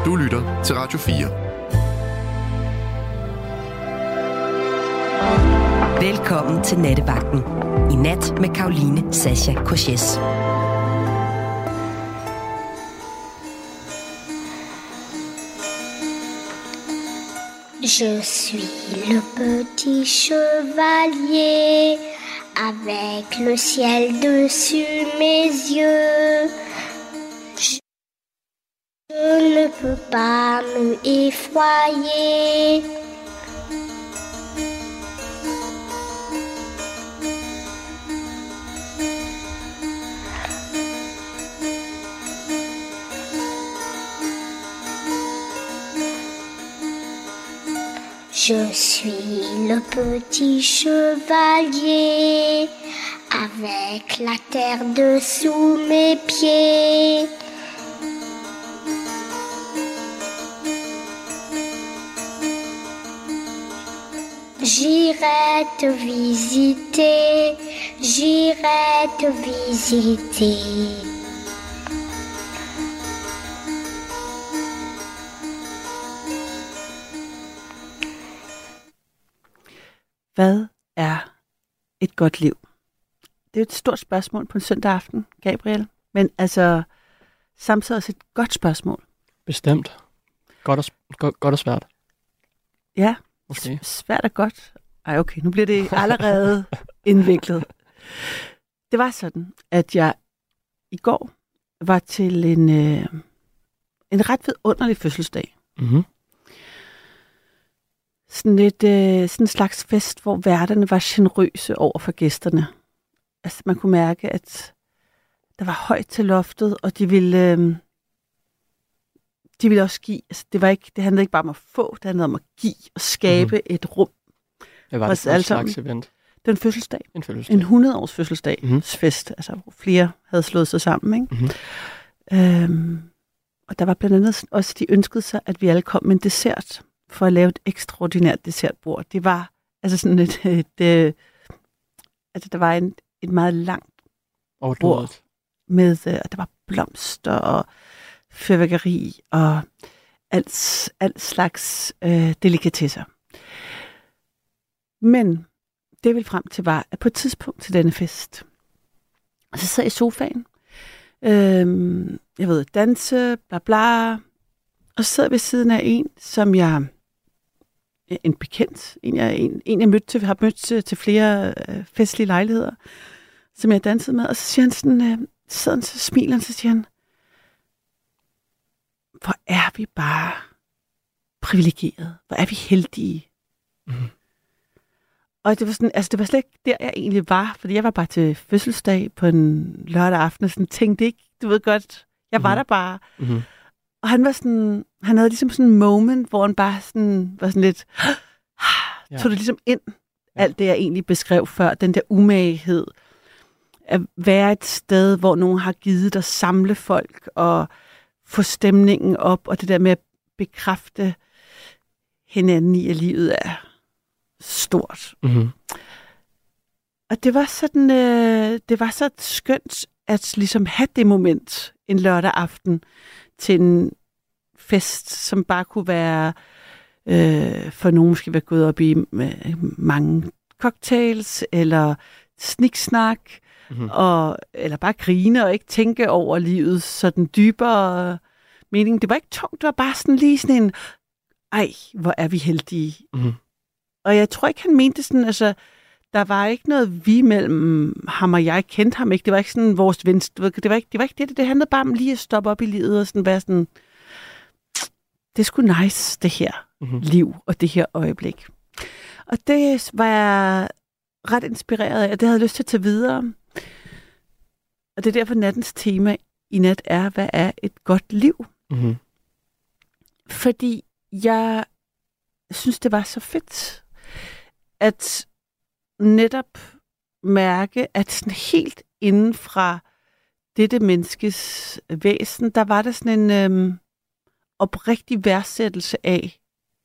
Du lytter til Radio 4. Velkommen til Nattevagten. I nat med Karoline Sascha Korches. Je suis le petit chevalier avec le ciel dessus mes yeux. Je ne peux pas me effroyer. Je suis le petit chevalier avec la terre dessous mes pieds. J'irai te visiter, j'irai te visiter. Hvad er et godt liv? Det er et stort spørgsmål på en søndag aften, Gabriel. Men altså, samtidig også et godt spørgsmål. Bestemt. Godt og svært. Ja, måske. Svært og godt. Ej, okay, nu bliver det allerede indviklet. Det var sådan, at jeg i går var til en ret vidunderlig fødselsdag. Mm-hmm. Sådan en slags fest, hvor værterne var generøse over for gæsterne. Altså, man kunne mærke, at der var højt til loftet, og de ville også give. Altså, det handlede ikke bare om at få, det handlede om at give og skabe et rum. Hvad var det for en slags event? Det var en fødselsdag. En fødselsdag. En 100-års fødselsdagsfest, altså hvor flere havde slået sig sammen, ikke? Mm-hmm. Og der var blandt andet også, de ønskede sig, at vi alle kom med en dessert, for at lave et ekstraordinært dessertbord. Det var altså sådan altså der var et meget langt bord med, der var blomster og fyrværkeri og alt slags delikatesser. Men det jeg ville frem til var, at på et tidspunkt til denne fest, og så sad jeg i sofaen, jeg ved, danse, bla bla, og så sad ved siden af en, som jeg en bekendt, en jeg har mødt til flere festlige lejligheder, som jeg dansede med, og så siger han sådan, så smiler han, så siger han, hvor er vi bare privilegerede, hvor er vi heldige. Mm-hmm. Og det var sådan, altså det var slet ikke der, jeg egentlig var, fordi jeg var bare til fødselsdag på en lørdag aften, og sådan tænkte ikke, du ved godt, jeg var der bare. Mm-hmm. Og han var sådan, han havde ligesom sådan en moment, hvor han bare sådan, var sådan lidt, tog det ligesom ind, alt det jeg egentlig beskrev før, den der umaghed, at være et sted, hvor nogen har givet dig samle folk, og få stemningen op, og det der med at bekræfte hinanden i, at livet er stort. Mm-hmm. Og det var sådan, det var så skønt, at ligesom have det moment en lørdag aften, til en fest, som bare kunne være, for nogen måske være gået op i mange cocktails, eller sniksnak, eller bare grine og ikke tænke over livet, så den dybere mening. Det var ikke tungt, det var bare sådan lige sådan en, ej, hvor er vi heldige. Mm-hmm. Og jeg tror ikke, han mente sådan, altså, der var ikke noget vi mellem ham og jeg kendte ham ikke. Det var ikke sådan vores ven. Det var ikke det handlede bare om lige at stoppe op i livet og sådan være sådan, det er sgu nice, det her liv og det her øjeblik. Og det var jeg ret inspireret af, og det havde jeg lyst til at tage videre. Og det er derfor nattens tema i nat er, hvad er et godt liv? Mm-hmm. Fordi jeg synes, det var så fedt, at netop mærke, at sådan helt inden fra dette menneskes væsen, der var der sådan en oprigtig værdsættelse af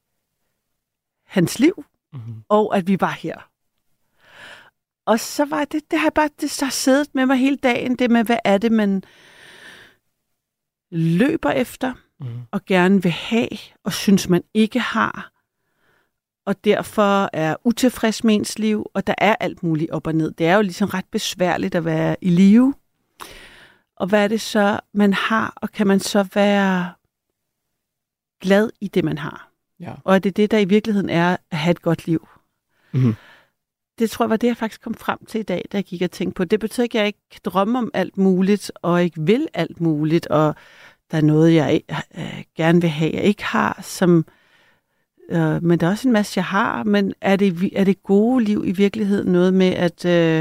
hans liv, og at vi var her. Og så var det har bare det har siddet med mig hele dagen, det med, hvad er det, man løber efter? og gerne vil have, og synes man ikke har, og derfor er utilfreds med ens liv, og der er alt muligt op og ned. Det er jo ligesom ret besværligt at være i live. Og hvad er det så, man har, og kan man så være glad i det, man har? Ja. Og er det det, der i virkeligheden er at have et godt liv? Mm-hmm. Det tror jeg var det, jeg faktisk kom frem til i dag, da jeg gik og tænkte på. Det betyder ikke, at jeg ikke kan drømme om alt muligt, og ikke vil alt muligt, og der er noget, jeg gerne vil have, jeg ikke har, som... men der er også en masse, jeg har. Men er det gode liv i virkeligheden noget med at...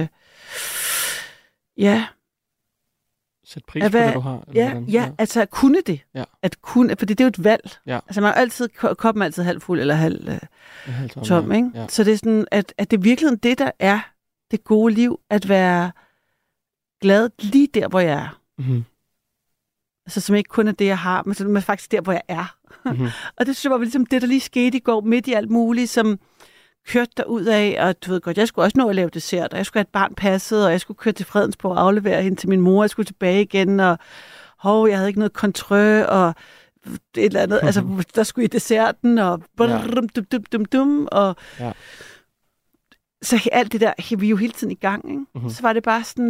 Sæt pris på det, du har? Ja, altså at kunne det. Ja. At kunne, fordi det er jo et valg. Ja. Altså man er altid, koppen er altid halv fuld eller halv tom, ikke? Ja. Så det er sådan, at det er virkelig det, der er det gode liv, at være glad lige der, hvor jeg er. Mm-hmm. Altså som ikke kun er det, jeg har, men som er faktisk der, hvor jeg er. Mm-hmm. Og det synes jeg var ligesom det, der lige skete i går, midt i alt muligt, som kørte derud af, og du ved godt, jeg skulle også nå at lave dessert, og jeg skulle have et barn passet, og jeg skulle køre til Fredensborg og aflevere hende til min mor, jeg skulle tilbage igen, og jeg havde ikke noget kontrol, og et eller andet, altså der skulle i desserten, og og så alt det der, vi er jo hele tiden i gang, ikke? Mm-hmm. Så var det bare sådan,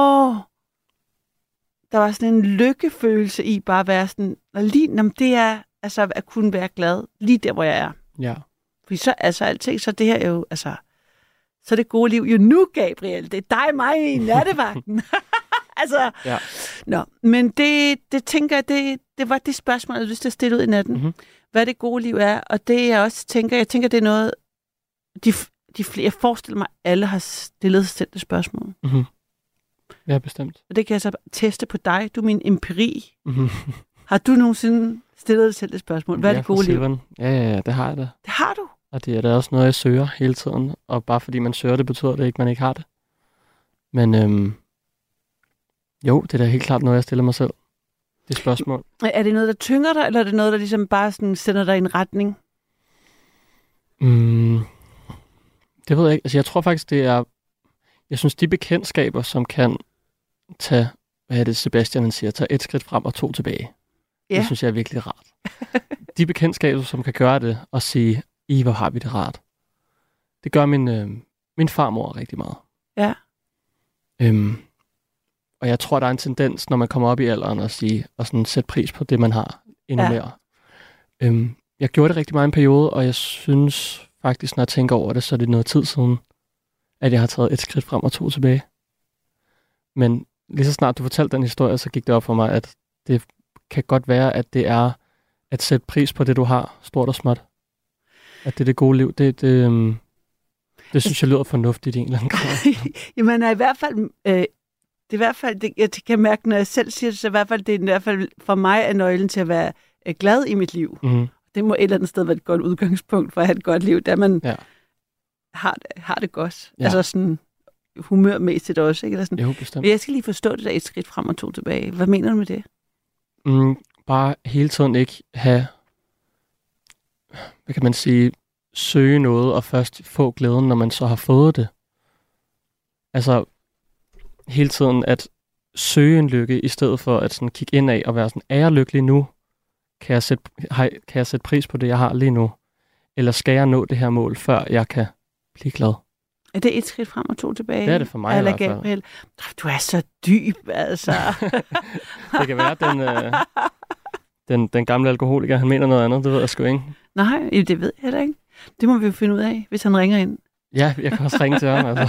der var sådan en lykkefølelse i bare at være sådan, det er altså at kunne være glad lige der, hvor jeg er. Ja. Fordi så, altså alting, så det her er jo, altså, så er det gode liv jo nu, Gabriel. Det er dig og mig i nattevagten. Altså, ja. Nå, men det tænker jeg, det var det spørgsmål, jeg havde lyst til at stille ud i natten. Mm-hmm. Hvad det gode liv er, og det jeg også tænker, det er noget, de flere, jeg forestiller mig, alle har stillet sig selv det spørgsmål. Mm-hmm. Ja, bestemt. Og det kan jeg så teste på dig. Du er min empiri. Mm-hmm. Har du nogensinde stillet dig selv det spørgsmål? Hvad er det gode liv? Ja, det har jeg da. Det har du? Og det er da også noget, jeg søger hele tiden. Og bare fordi man søger det, betyder det ikke, at man ikke har det. Men jo, det er da helt klart noget, jeg stiller mig selv. Det spørgsmål. Er det noget, der tynger dig, eller er det noget, der ligesom bare sådan sender dig i en retning? Det ved jeg ikke. Altså, jeg tror faktisk, det er... Jeg synes, de bekendtskaber, som kan tage... Hvad er det, Sebastian siger? Tage et skridt frem og 2 tilbage. Ja. Det synes jeg er virkelig rart. De bekendtskaber, som kan gøre det og sige, hvor har vi det rart. Det gør min farmor rigtig meget. Ja. Og jeg tror, der er en tendens, når man kommer op i alderen og sige, og sådan sætte pris på det, man har endnu mere. Jeg gjorde det rigtig meget en periode, og jeg synes faktisk, når jeg tænker over det, så er det noget tid siden, at jeg har taget et skridt frem og 2 tilbage. Men lige så snart du fortalte den historie, så gik det op for mig, at det kan godt være, at det er at sætte pris på det, du har, stort og småt. At det er det gode liv. Det synes jeg lyder fornuftigt i en eller anden grad. Jamen, i hvert fald, det er i hvert fald, jeg kan mærke, når jeg selv siger det, så i hvert fald, det er i hvert fald for mig er nøglen til at være glad i mit liv. Mm-hmm. Det må et eller andet sted være et godt udgangspunkt for at have et godt liv, der man har det godt. Ja. Altså sådan humørmæssigt også, ikke? Eller sådan. Jo, bestemt. Men jeg skal lige forstå det der et skridt frem og 2 tilbage. Hvad mener du med det? Bare hele tiden ikke have, hvad kan man sige, søge noget og først få glæden, når man så har fået det. Altså hele tiden at søge en lykke, i stedet for at sådan kigge indad og være sådan, er jeg lykkelig nu? Kan jeg sætte pris på det, jeg har lige nu? Eller skal jeg nå det her mål, før jeg kan blive glad? Er det et skridt frem og 2 tilbage? Det er det for mig i hvert fald. Gabriel. Du er så dyb, altså. Det kan være, den gamle alkoholiker, han mener noget andet, det ved jeg sgu ikke. Nej, det ved jeg heller ikke. Det må vi jo finde ud af, hvis han ringer ind. Ja, jeg kan også ringe til ham, altså.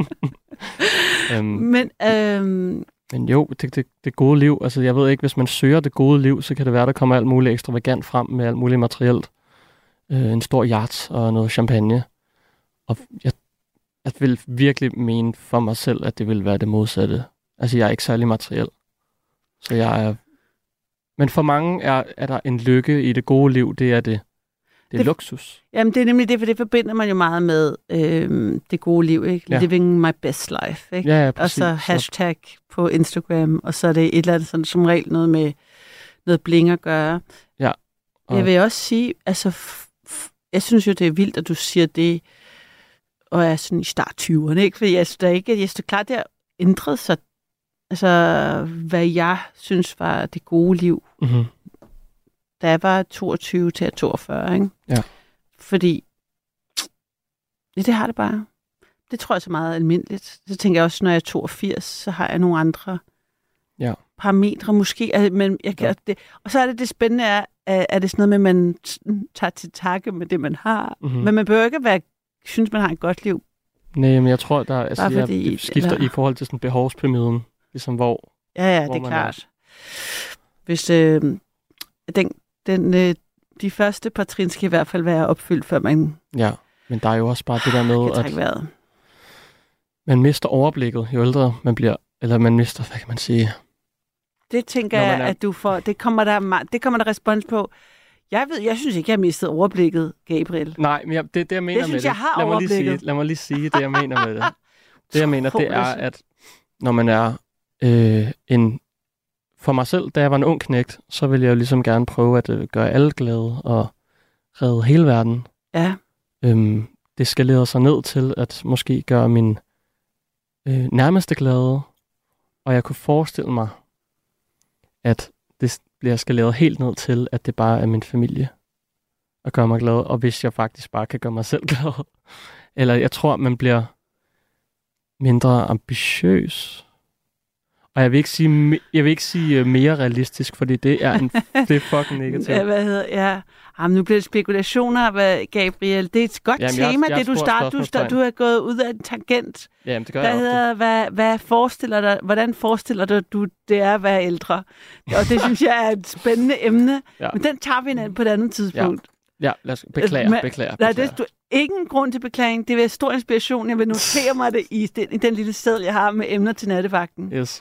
Men jo, det gode liv, altså jeg ved ikke, hvis man søger det gode liv, så kan det være, der kommer alt muligt ekstravagant frem med alt muligt materielt. En stor yacht og noget champagne. Og jeg vil virkelig mene for mig selv, at det vil være det modsatte. Altså jeg er ikke særlig materiel. Så jeg er... Men for mange er der en lykke i det gode liv, det er det. Det er luksus. Jamen, det er nemlig det, for det forbinder man jo meget med det gode liv, ikke? Ja. Living my best life, ikke? Ja, præcis. Og så hashtag på Instagram, og så er det et eller andet sådan, som regel noget med noget bling at gøre. Ja. Jeg vil også sige, altså, jeg synes jo, det er vildt, at du siger det, og er sådan i start 20'erne, ikke? Fordi jeg synes klart, det har ændret sig, altså, hvad jeg synes var det gode liv. Mm-hmm. da jeg var 22 til 42, ikke? Ja. Fordi, ja, det har det bare. Det tror jeg så meget almindeligt. Så tænker jeg også, når jeg er 82, så har jeg nogle andre parametre måske. Men jeg kan, det. Og så er det spændende, er det sådan noget med, at man tager til takke med det, man har. Mm-hmm. Men man behøver ikke synes, man har et godt liv. Nej, men jeg tror, det skifter i forhold til sådan behovspyramiden. Ligesom hvor... Ja, det er klart. Hvis de første par trin skal i hvert fald være opfyldt, før man... Ja, men der er jo også bare det der med, at man mister overblikket, jo ældre man bliver. Eller man mister, hvad kan man sige? Det tænker jeg, at du får... Det kommer der respons på. Jeg synes ikke, jeg har mistet overblikket, Gabriel. Nej, men det jeg mener det med synes, det... Lad mig lige sige det, jeg mener med det. Det, jeg mener, det er, at når man er for mig selv, da jeg var en ung knægt, så ville jeg jo ligesom gerne prøve at gøre alle glade og redde hele verden. Ja. Det skalerede sig ned til at måske gøre min nærmeste glade, og jeg kunne forestille mig, at det bliver skaleret helt ned til, at det bare er min familie at gøre mig glad, og hvis jeg faktisk bare kan gøre mig selv glad. Eller jeg tror, man bliver mindre ambitiøs. Og jeg vil ikke sige mere realistisk, fordi det er fucking negativt. Nu bliver det spekulationer, Gabriel. Det er et godt tema, det du starter. Du er gået ud af en tangent. Jamen, det gør jeg ofte. Hvordan forestiller du det er at være ældre? Og det synes jeg er et spændende emne. Ja. Men den tager vi på et andet tidspunkt. Ja, lad os beklager. Nej, det er ingen grund til beklaging. Det er stor inspiration. Jeg vil notere mig det i den lille seddel, jeg har med emner til nattevagten. Yes.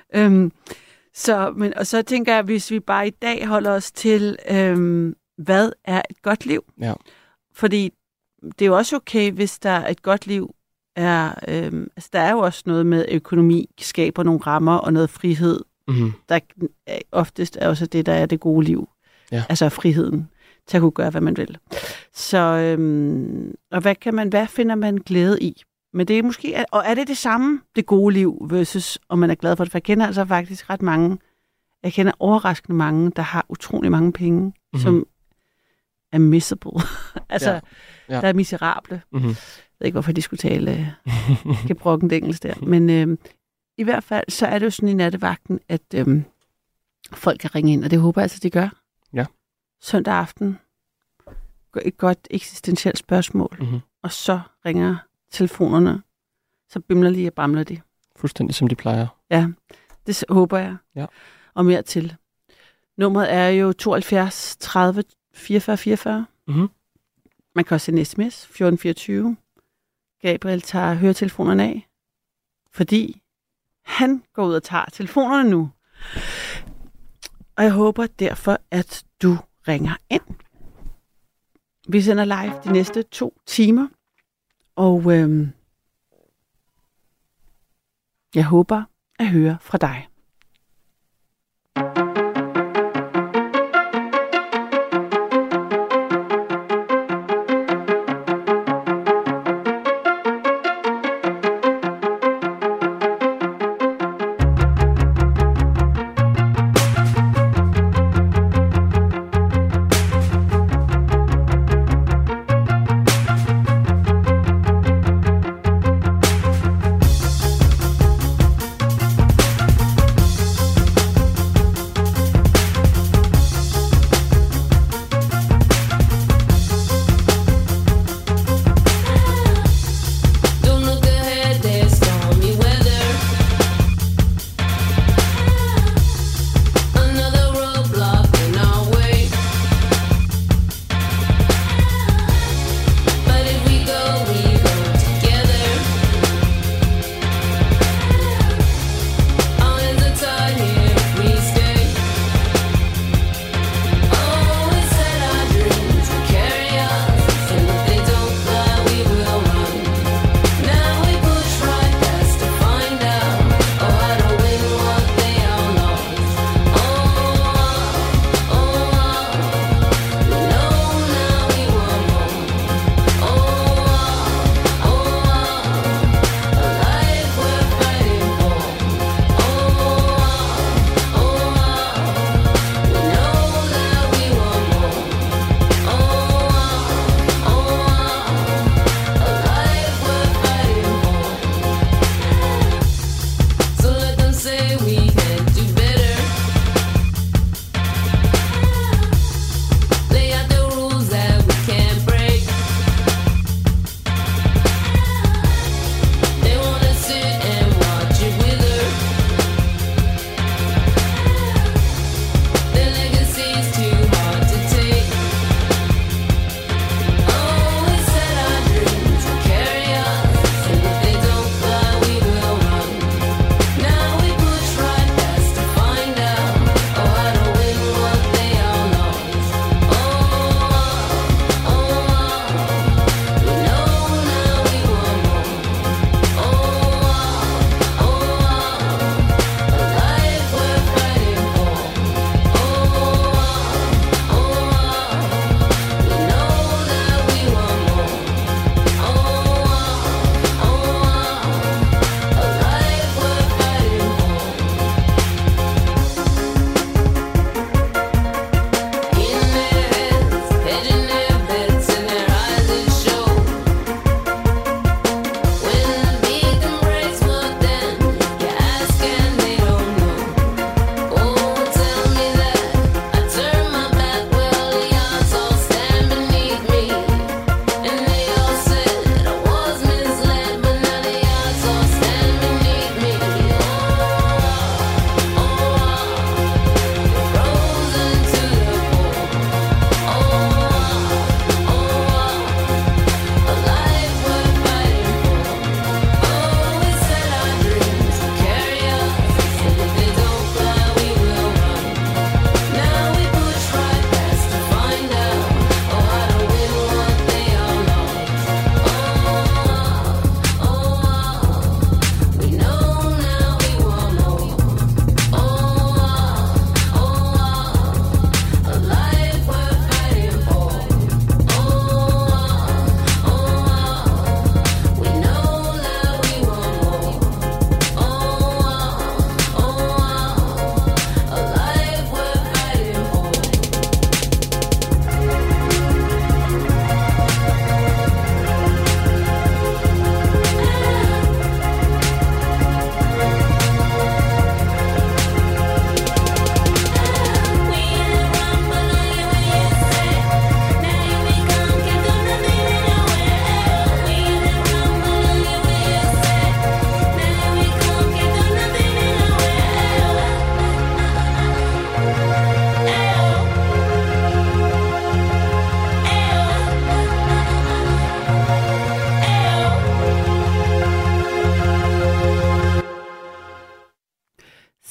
Og så tænker jeg, hvis vi bare i dag holder os til, hvad er et godt liv? Ja. Fordi det er jo også okay, hvis der er et godt liv. Der er jo også noget med økonomi, skaber nogle rammer og noget frihed. Mm-hmm. Der oftest er også det, der er det gode liv. Ja. Altså friheden til at kunne gøre, hvad man vil. Så, og hvad finder man glæde i? Men det er måske, og er det samme, det gode liv, versus om man er glad for det? For jeg kender altså faktisk ret mange, jeg kender overraskende mange, der har utrolig mange penge, mm-hmm. som er miserable. Altså, der er miserable. Mm-hmm. Jeg ved ikke, hvorfor de skulle tale gebrokkent engelsk der. Men i hvert fald, så er det jo sådan i nattevagten, at folk kan ringe ind, og det håber jeg altså, de gør. Ja. Søndag aften, et godt eksistentielt spørgsmål, mm-hmm. og så ringer telefonerne, så bimler de og bramler de. Fuldstændig som de plejer. Ja, det håber jeg. Ja. Og mere til. Nummeret er jo 72 30 44 44. Mm-hmm. Man kan også sende sms 1424. Gabriel tager høretelefonerne af, fordi han går ud og tager telefonerne nu. Og jeg håber derfor, at du ringer ind. Vi sender live de næste 2 timer. Og jeg håber at høre fra dig.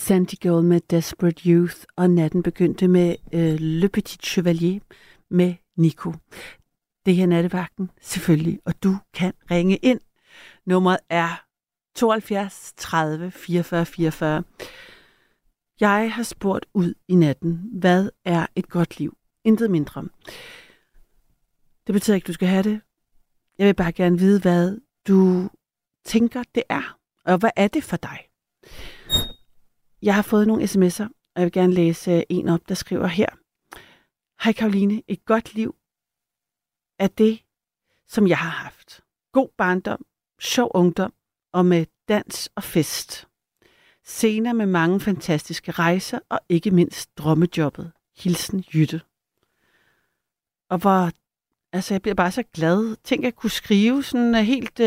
Sandy Girl med Desperate Youth, og natten begyndte med Le Petit Chevalier med Nico. Det her er Nattevagten, selvfølgelig, og du kan ringe ind. Nummeret er 72 30 44 44. Jeg har spurgt ud i natten, hvad er et godt liv? Intet mindre. Det betyder ikke, du skal have det. Jeg vil bare gerne vide, hvad du tænker, det er. Og hvad er det for dig? Jeg har fået nogle sms'er, og jeg vil gerne læse en op, der skriver her. Hej Karoline, et godt liv er det, som jeg har haft. God barndom, sjov ungdom og med dans og fest. Senere med mange fantastiske rejser og ikke mindst drømmejobbet. Hilsen Jytte. Og jeg bliver bare så glad. Tænk at kunne skrive sådan helt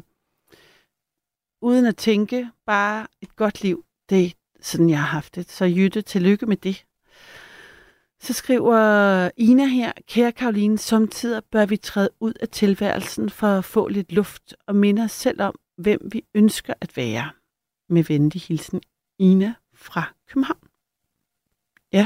uden at tænke, bare et godt liv. Det er sådan, jeg har haft det. Så Jytte, tillykke med det. Så skriver Ina her, kære Karoline, samtidig bør vi træde ud af tilværelsen for at få lidt luft og minde os selv om, hvem vi ønsker at være. Med venlig hilsen, Ina fra København. Ja.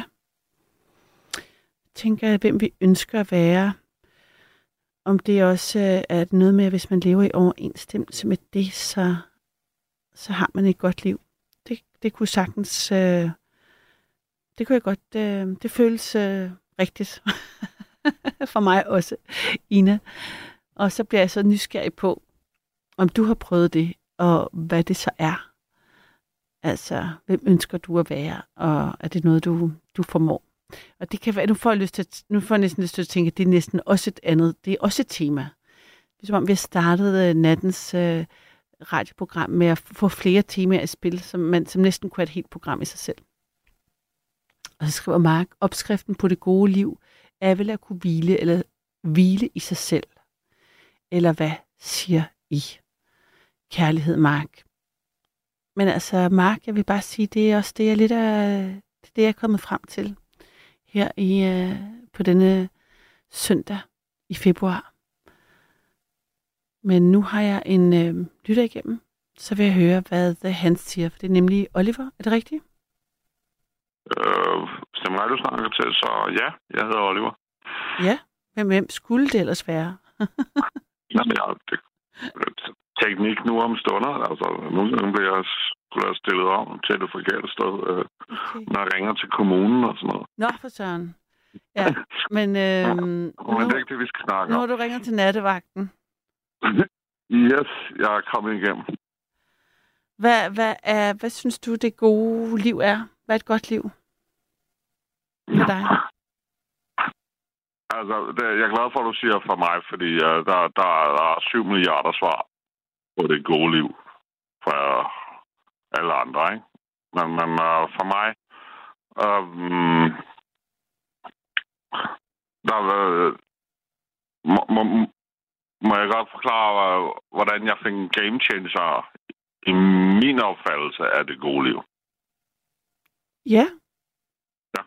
Tænker jeg, hvem vi ønsker at være. Om det også er noget med, at hvis man lever i overensstemmelse med det, så har man et godt liv. Det kunne sagtens... Det kunne jeg godt... det føles rigtigt. For mig også, Ina. Og så bliver jeg så nysgerrig på, om du har prøvet det, og hvad det så er. Altså, hvem ønsker du at være, og er det noget, du formår? Og det kan være, nu får jeg næsten lyst til at tænke, at det er næsten også et andet, det er også et tema. Det er som om, vi har startet nattens radioprogram med at få flere temaer i spil, som næsten kunne have et helt program i sig selv. Og så skriver Mark, opskriften på det gode liv er vel at kunne hvile i sig selv. Eller hvad siger I? Kærlighed, Mark. Men altså, Mark, jeg vil bare sige, det er også det, jeg er kommet frem til her på denne søndag i februar. Men nu har jeg en lytter igennem, så vil jeg høre, hvad han siger. For det er nemlig Oliver. Er det rigtigt? Stemmer mig, du snakker til, så ja, jeg hedder Oliver. Ja, hvem skulle det ellers være? Teknik nu om stunder. Altså, nogle gange bliver jeg stillet om til det forkerte sted, når jeg ringer til kommunen og sådan noget. Nå, for søren. Ja, men det er ikke det, vi skal snakke om. Nu du ringer til nattevagten. Yes, jeg er kommet igennem. Hvad synes du, det gode liv er? Hvad er et godt liv for dig? Altså, jeg er glad for, at du siger for mig, fordi der er 7 milliarder svar på det gode liv for alle andre, ikke? Men for mig, må jeg godt forklare, hvordan jeg fik en game changer i min opfattelse af det gode liv. Ja. Ja.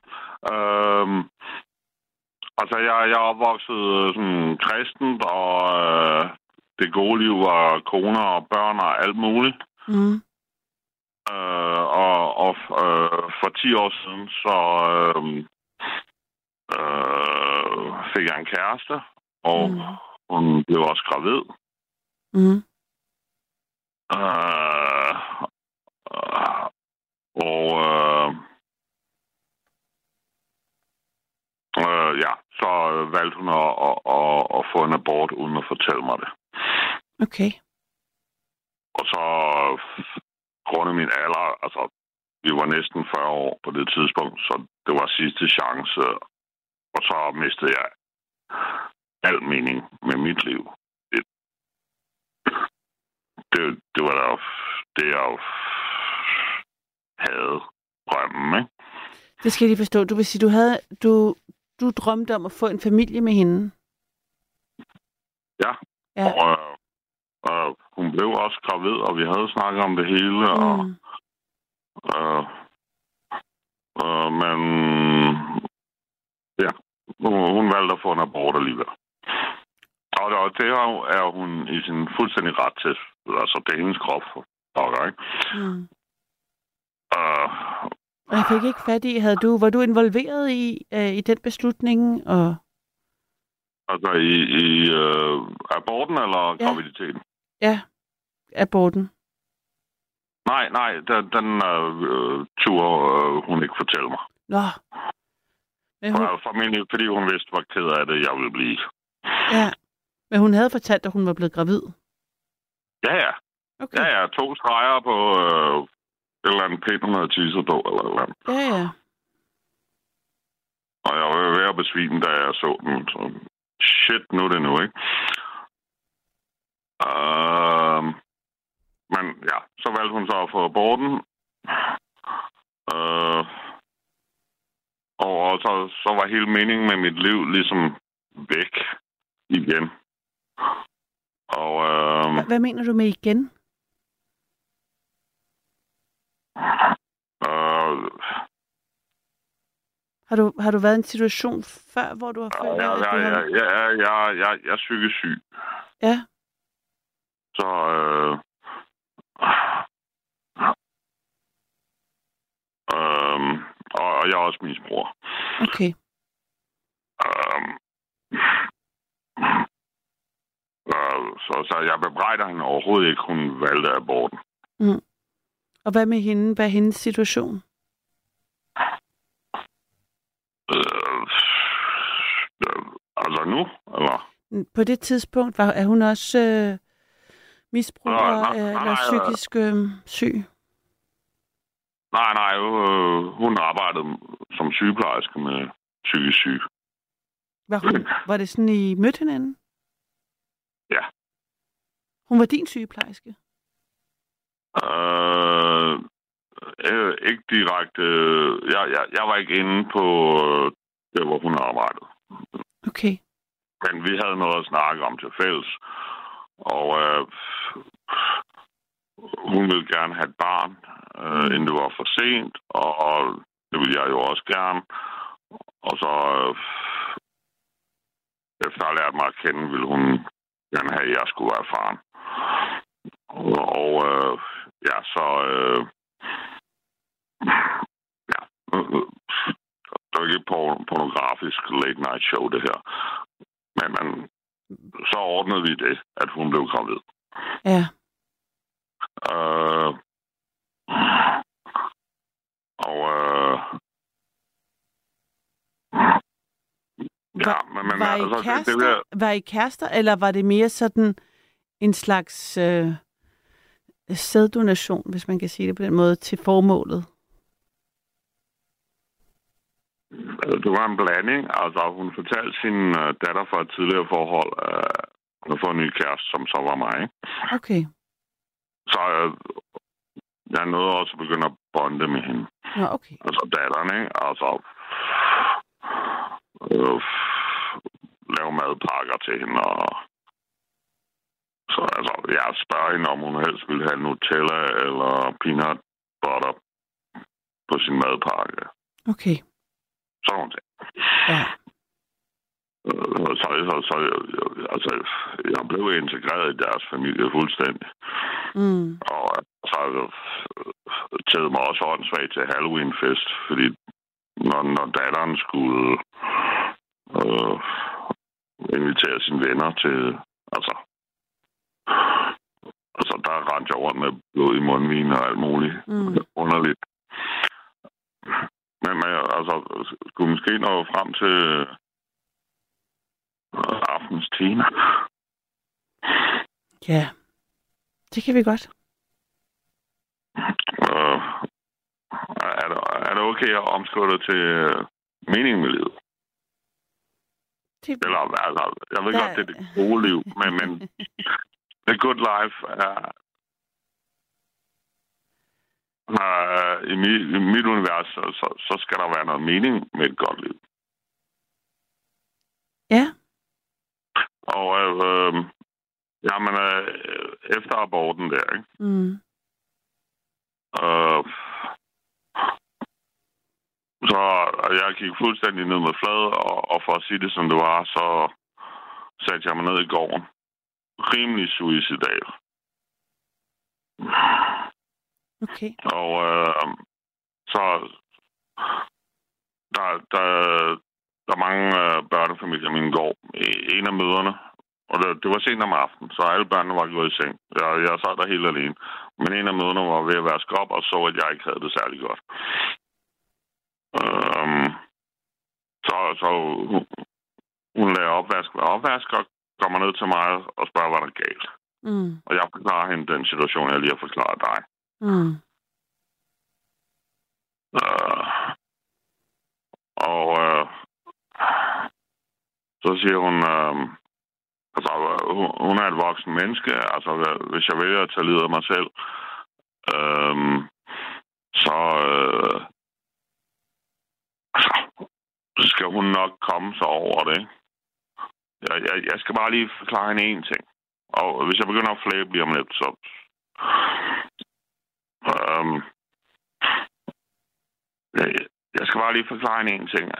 Altså, jeg er opvokset sådan kristent, og det gode liv var koner og børn og alt muligt. Mm. Og for 10 år siden, så fik jeg en kæreste, og hun blev også gravid. Mm. Ja, så valgte hun at få en abort, uden at fortælle mig det. Okay. Og så grundet min alder, altså, vi var næsten 40 år på det tidspunkt, så det var sidste chance. Og så mistede jeg al mening med mit liv. Det var da det, jeg havde drømmen, ikke? Det skal jeg lige forstå. Du vil sige, du drømte om at få en familie med hende? Ja. Og hun blev også gravid, og vi havde snakket om det hele. Men ja, hun valgte at få en abort alligevel. Og det er hun i sin fuldstændig ret til. Altså, det er hendes krop, ikke? Og jeg fik ikke fat i, var du involveret i den beslutning? Og... Altså i aborten eller graviditeten? Ja, aborten. Nej, den turde hun ikke fortælle mig. Nå. Men hun... Formentlig, fordi hun vidste, hvor ked af det jeg ville blive. Ja, men hun havde fortalt, at hun var blevet gravid. Ja. Okay. Ja, 2 streger på et eller andet pænt, hun havde tisset på, eller et eller andet. Ja. Og jeg var ved at besvime, da jeg så den. Så shit, nu er det nu, ikke? Men ja, så valgte hun så at få aborten. Og så var hele meningen med mit liv ligesom væk igen. Og Hvad mener du med igen? Har du været i en situation før, hvor du har følt, jeg er psykisk syg. Ja. Så og jeg er også misbruger. Okay. Så jeg bebrejder hende overhovedet ikke, hun valgte aborten. Mm. Og hvad med hende? Hvad er hendes situation? Altså nu, eller? På det tidspunkt er hun også misbruger eller psykisk syg? Nej, hun arbejdede som sygeplejerske med psykisk syg. Var det sådan, I mødte hinanden? Ja. Hun var din sygeplejerske? Ikke direkte. Jeg var ikke inde på der, hvor hun arbejdede. Okay. Men vi havde noget at snakke om til fælles. Og hun ville gerne have et barn, inden det var for sent. Og det ville jeg jo også gerne. Og så efter at have lært mig at kende, ville hun gerne have, at jeg skulle være faren. Og så... det var ikke pornografisk late night show, det her. Men så ordnede vi det, at hun blev gravid. Ja. Var I kærester, eller var det mere sådan en slags sæddonation, hvis man kan sige det på den måde, til formålet? Det var en blanding. Altså, hun fortalte sin datter fra et tidligere forhold, at få en ny kæreste, som så var mig. Okay. Så jeg nåede også at begynde at bonde med hende. Ja, okay. Altså datteren, ikke? Altså, lave madpakker til hende, og så altså, jeg spørger hende, om hun helst ville have Nutella eller peanut butter på sin madpakke. Okay. Så hun sagde. Ja. Altså, jeg blev integreret i deres familie fuldstændig. Mm. Og så taget mig også åndssvagt til Halloween-fest, fordi når datteren skulle invitere sine venner til, altså der rendte jeg rundt med blod i mundvin og alt muligt underligt. Men altså, skulle måske nå frem til aftens tema. Ja, det kan vi godt. Er det okay at omskrive det til meningen med livet? Eller, altså, jeg ved godt, det er det gode liv, men the good life er... I mit univers, så skal der være noget mening med et godt liv. Ja. Og jamen, efter aborten der, ikke? Mm. Så jeg gik fuldstændig ned med flad, og for at sige det som det var, så satte jeg mig ned i gården. Rimelig suicidal. Okay. Og så Der er mange børnefamilier, mine går. En af møderne, og det var sent om aftenen, så alle børnene var gået i seng. Jeg sad der helt alene. Men en af møderne var ved at vaske op, og så at jeg ikke havde det særlig godt. Så hun lader opvask og kommer ned til mig og spørger, hvad der er galt. Og jeg forklarer hende den situation, jeg lige har forklaret dig. Så siger hun, hun er et voksen menneske. Altså, hvis jeg vælger at tage livet af mig selv, så skal hun nok komme sig over det. Jeg skal bare lige forklare hende en ting. Og hvis jeg begynder at flæbe lige om lidt, så... jeg skal bare lige forklare hende en ting.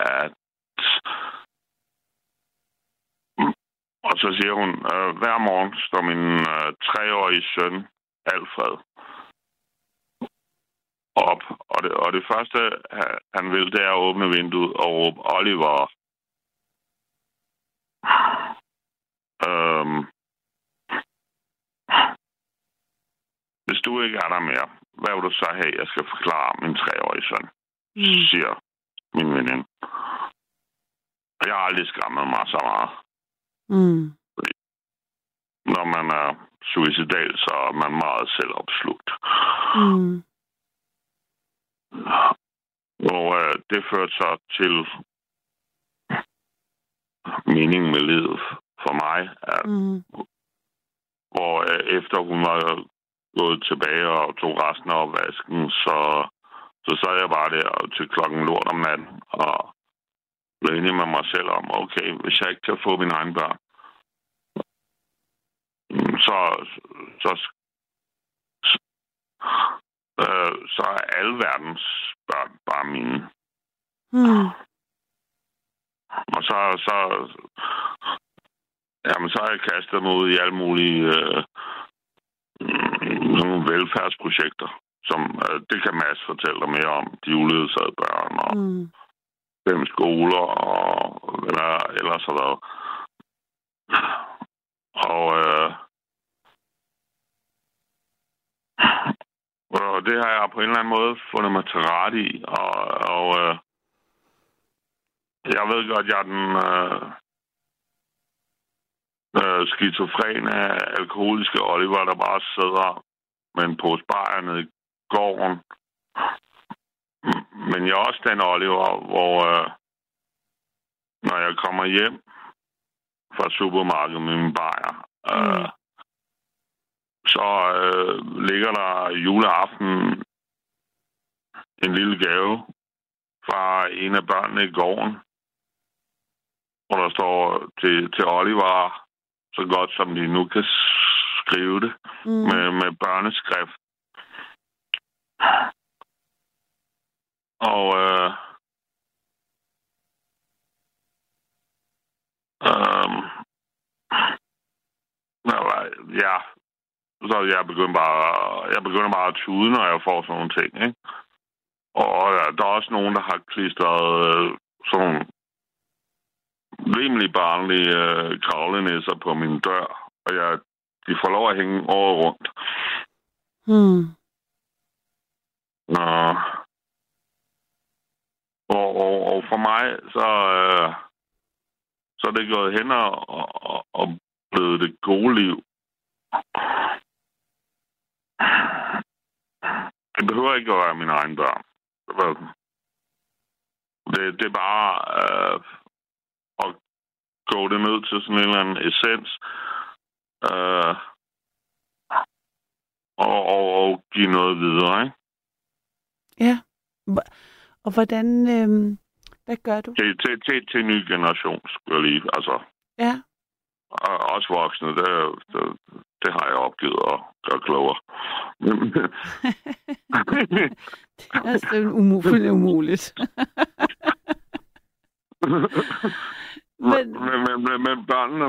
Og så siger hun, hver morgen står min 3-årige søn, Alfred, op. Og det første, han vil, det er at åbne vinduet og råbe, Oliver. Hvis du ikke er der mere, hvad vil du så have, jeg skal forklare min 3-årige søn? Siger min veninde. Og jeg har aldrig skræmmet mig så meget. Fordi når man er suicidal, så er man meget selvopslugt. Og det førte så til meningen med livet for mig, at hvor efter hun var gået tilbage og tog resten af opvasken, så sad jeg bare der til klokken lort om natten og blev enig med mig selv om, okay, hvis jeg ikke kan få mine egne børn, så er alle verdens børn bare mine. Og så har jeg kastet mig ud i alle mulige nogle velfærdsprojekter, som det kan Mads fortælle dig mere om. De uledsagede børn og 5 skoler og ellers har været. Og det har jeg på en eller anden måde fundet mig til rette i. Og jeg ved godt, jeg er den skizofrene, alkoholiske Oliver, der bare sidder med en pose bajer nede i gården. Men jeg er også den Oliver, hvor når jeg kommer hjem fra supermarkedet med min bajer, så ligger der juleaften en lille gave fra en af børnene i gården, hvor der står til Oliver, så godt som de nu kan skrive det, med børneskrift. Og ja, så jeg begynder bare at tude, når jeg får sådan nogle ting, ikke? Og der er også nogen, der har klistret sådan rimelig barnlige kravlenæsser på min dør, og de får lov at hænge året rundt. Og for mig, så er det gået hen og blevet det gode liv. Det behøver ikke at være mine egne børn. Det er bare at gå det ned til sådan en eller anden essens og give noget videre, ikke? Ja. Og hvordan... hvad gør du? Til en ny generation, skulle jeg lige. Altså. Ja. Og også voksne, det har jeg opgivet at gøre klogere. Det er også umuligt. Men børnene,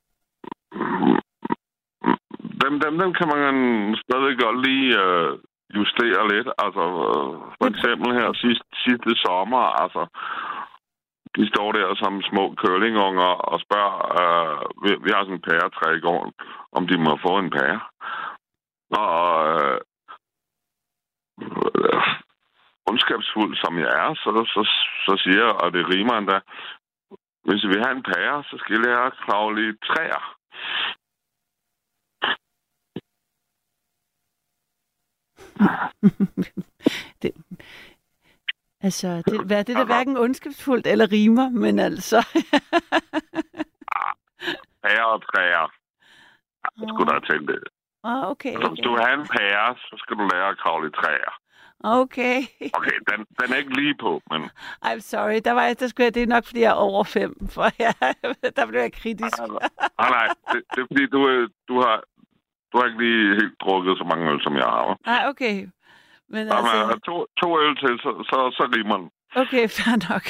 dem kan man stadig godt lige justere lidt. Altså, for eksempel her sidste sommer, altså, de står der som små curlingunger og spørger, vi har sådan en pæretræ i gården, om de må få en pære. Og ondskabsfuld som jeg er, så siger jeg, og det rimer endda, hvis vi har en pære, så skal jeg kravle i træer. Det er hverken ondskabsfuldt eller rimer, men altså... Pære og træer. Jeg skulle da tænke det. Okay. Så hvis du har en pære, så skal du lære at kravle i træer. Okay. Okay, den er ikke lige på, men... I'm sorry, det er nok, fordi jeg er over 5, for der blev jeg kritisk. Nej, det er fordi, du har ikke lige helt drukket så mange øl, som jeg har. Nej, okay. Men altså... to øl til, så rimer den. Okay, fair nok.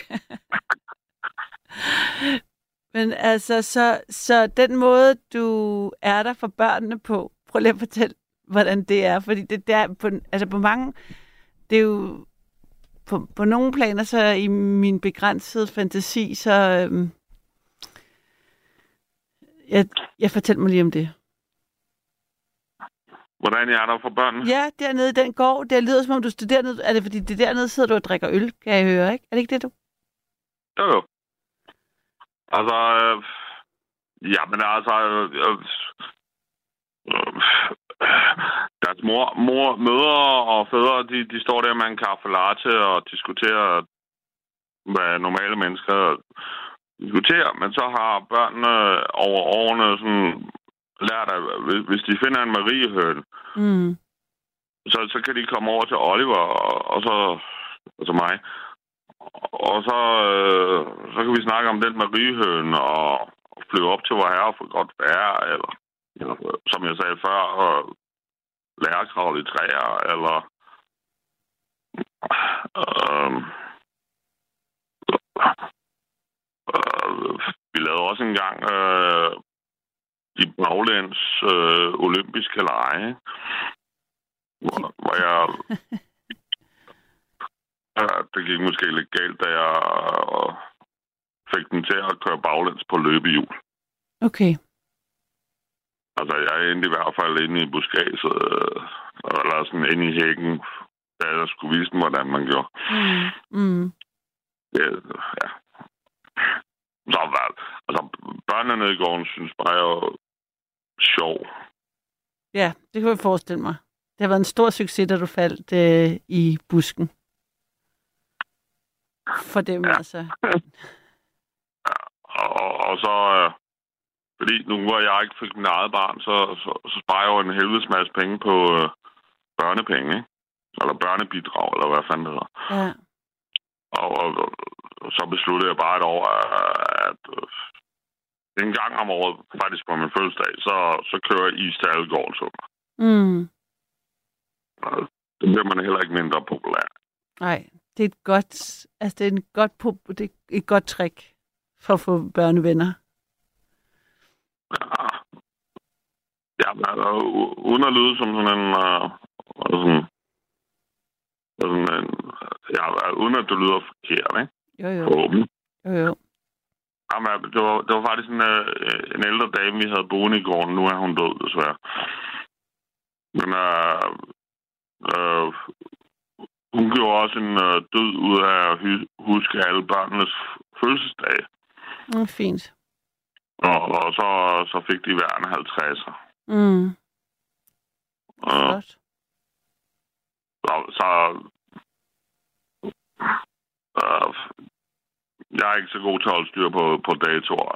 Men altså, så den måde, du er der for børnene på, prøv lige at fortælle, hvordan det er. Fordi det er på mange... Det er jo... På nogle planer, så i min begrænsede fantasi, så... Jeg fortæller mig lige om det. Hvordan er der for børnene? Ja, dernede i den gård. Det lyder, som om du studerer dernede. Er det, fordi det dernede sidder du og drikker øl, kan jeg høre, ikke? Er det ikke det, du? Jo. Altså... men altså... deres mødre og fædre, de står der med en kaffe latte og diskuterer, hvad normale mennesker diskuterer. Men så har børnene over årene sådan... lært, at hvis de finder en mariehøne, så kan de komme over til Oliver og så altså mig. Og så kan vi snakke om den mariehøne og flyve op til vor herre for godt vejr, eller som jeg sagde før, lære at kravle i træer, eller vi lavede også en gang de baglæns olympiske lege, hvor jeg... det gik måske lidt galt, da jeg fik den til at køre baglæns på løbehjul. Okay. Altså, jeg endte i hvert fald inde i buskadset, eller sådan inde i hækken, da jeg skulle vise dem, hvordan man gjorde. Ja. Så altså, børnene i gården synes bare, jeg var sjov. Ja, det kan jeg forestille mig. Det har været en stor succes, da du faldt i busken. For dem, altså. Ja, og så... fordi nu hvor jeg ikke fik min eget barn, så sparer jeg jo en helvedes masse penge på børnepenge, ikke? Eller børnebidrag, eller hvad fanden det hedder. Ja. Og så besluttede jeg bare et år, at en gang om året, faktisk på min fødselsdag, så kører jeg is til alle gårdsunger. Det bliver man heller ikke mindre populær. Nej, det er et godt trick for at få børnevenner. Ja, men altså, uden at lyde som sådan en... uden at du lyder forkert, ikke? Jo. Jamen, det var faktisk en ældre dame, vi havde boende i gården. Nu er hun død, desværre. Men hun gjorde også en død ud af at huske alle børnenes fødselsdage. Fint. Og så fik de hver en 50'er. Flot. Så jeg er ikke så god til at holde styr på datoer.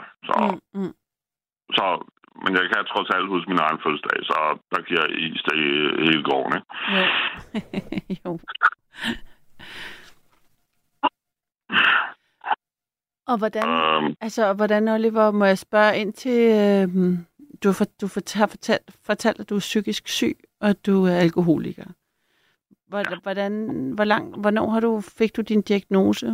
Men jeg kan trods alt huske min egen fødselsdag, så der giver jeg is til hele gården, ikke? Jo. Og hvordan, Oliver, må jeg spørge ind til, du har fortalt, at du er psykisk syg, og at du er alkoholiker. Hvornår fik du din diagnose?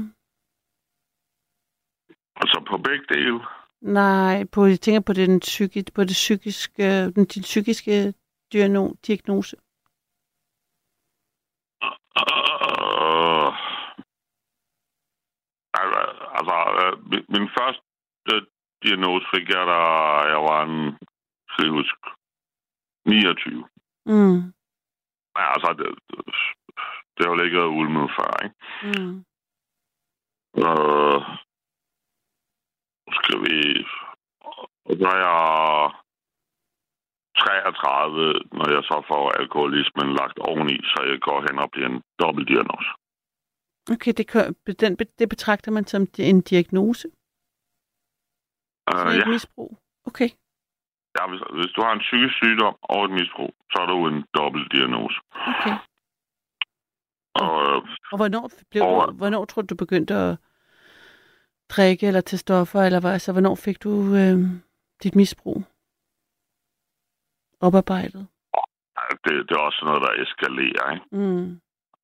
Altså på begge dele? Nej, jeg tænker på din psykiske diagnose. Min første diagnose fik jeg, da jeg var en, skal jeg huske, 29. Mm. Ja, det har jo ligget ulmet før, ikke? Mm. Skal vi... Og så er jeg 33, når jeg så får alkoholismen lagt oveni, så jeg går hen og bliver en dobbeltdiagnose. Okay, det betragter man som en diagnose? Ja. Misbrug? Okay. Ja, hvis du har en psykisk sygdom og et misbrug, så er du en dobbeltdiagnose. Okay. Og hvornår tror du begyndte at drikke eller tage stoffer, eller hvad? Altså, hvornår fik du dit misbrug oparbejdet? Det er også noget, der eskalerer, ikke? Mm.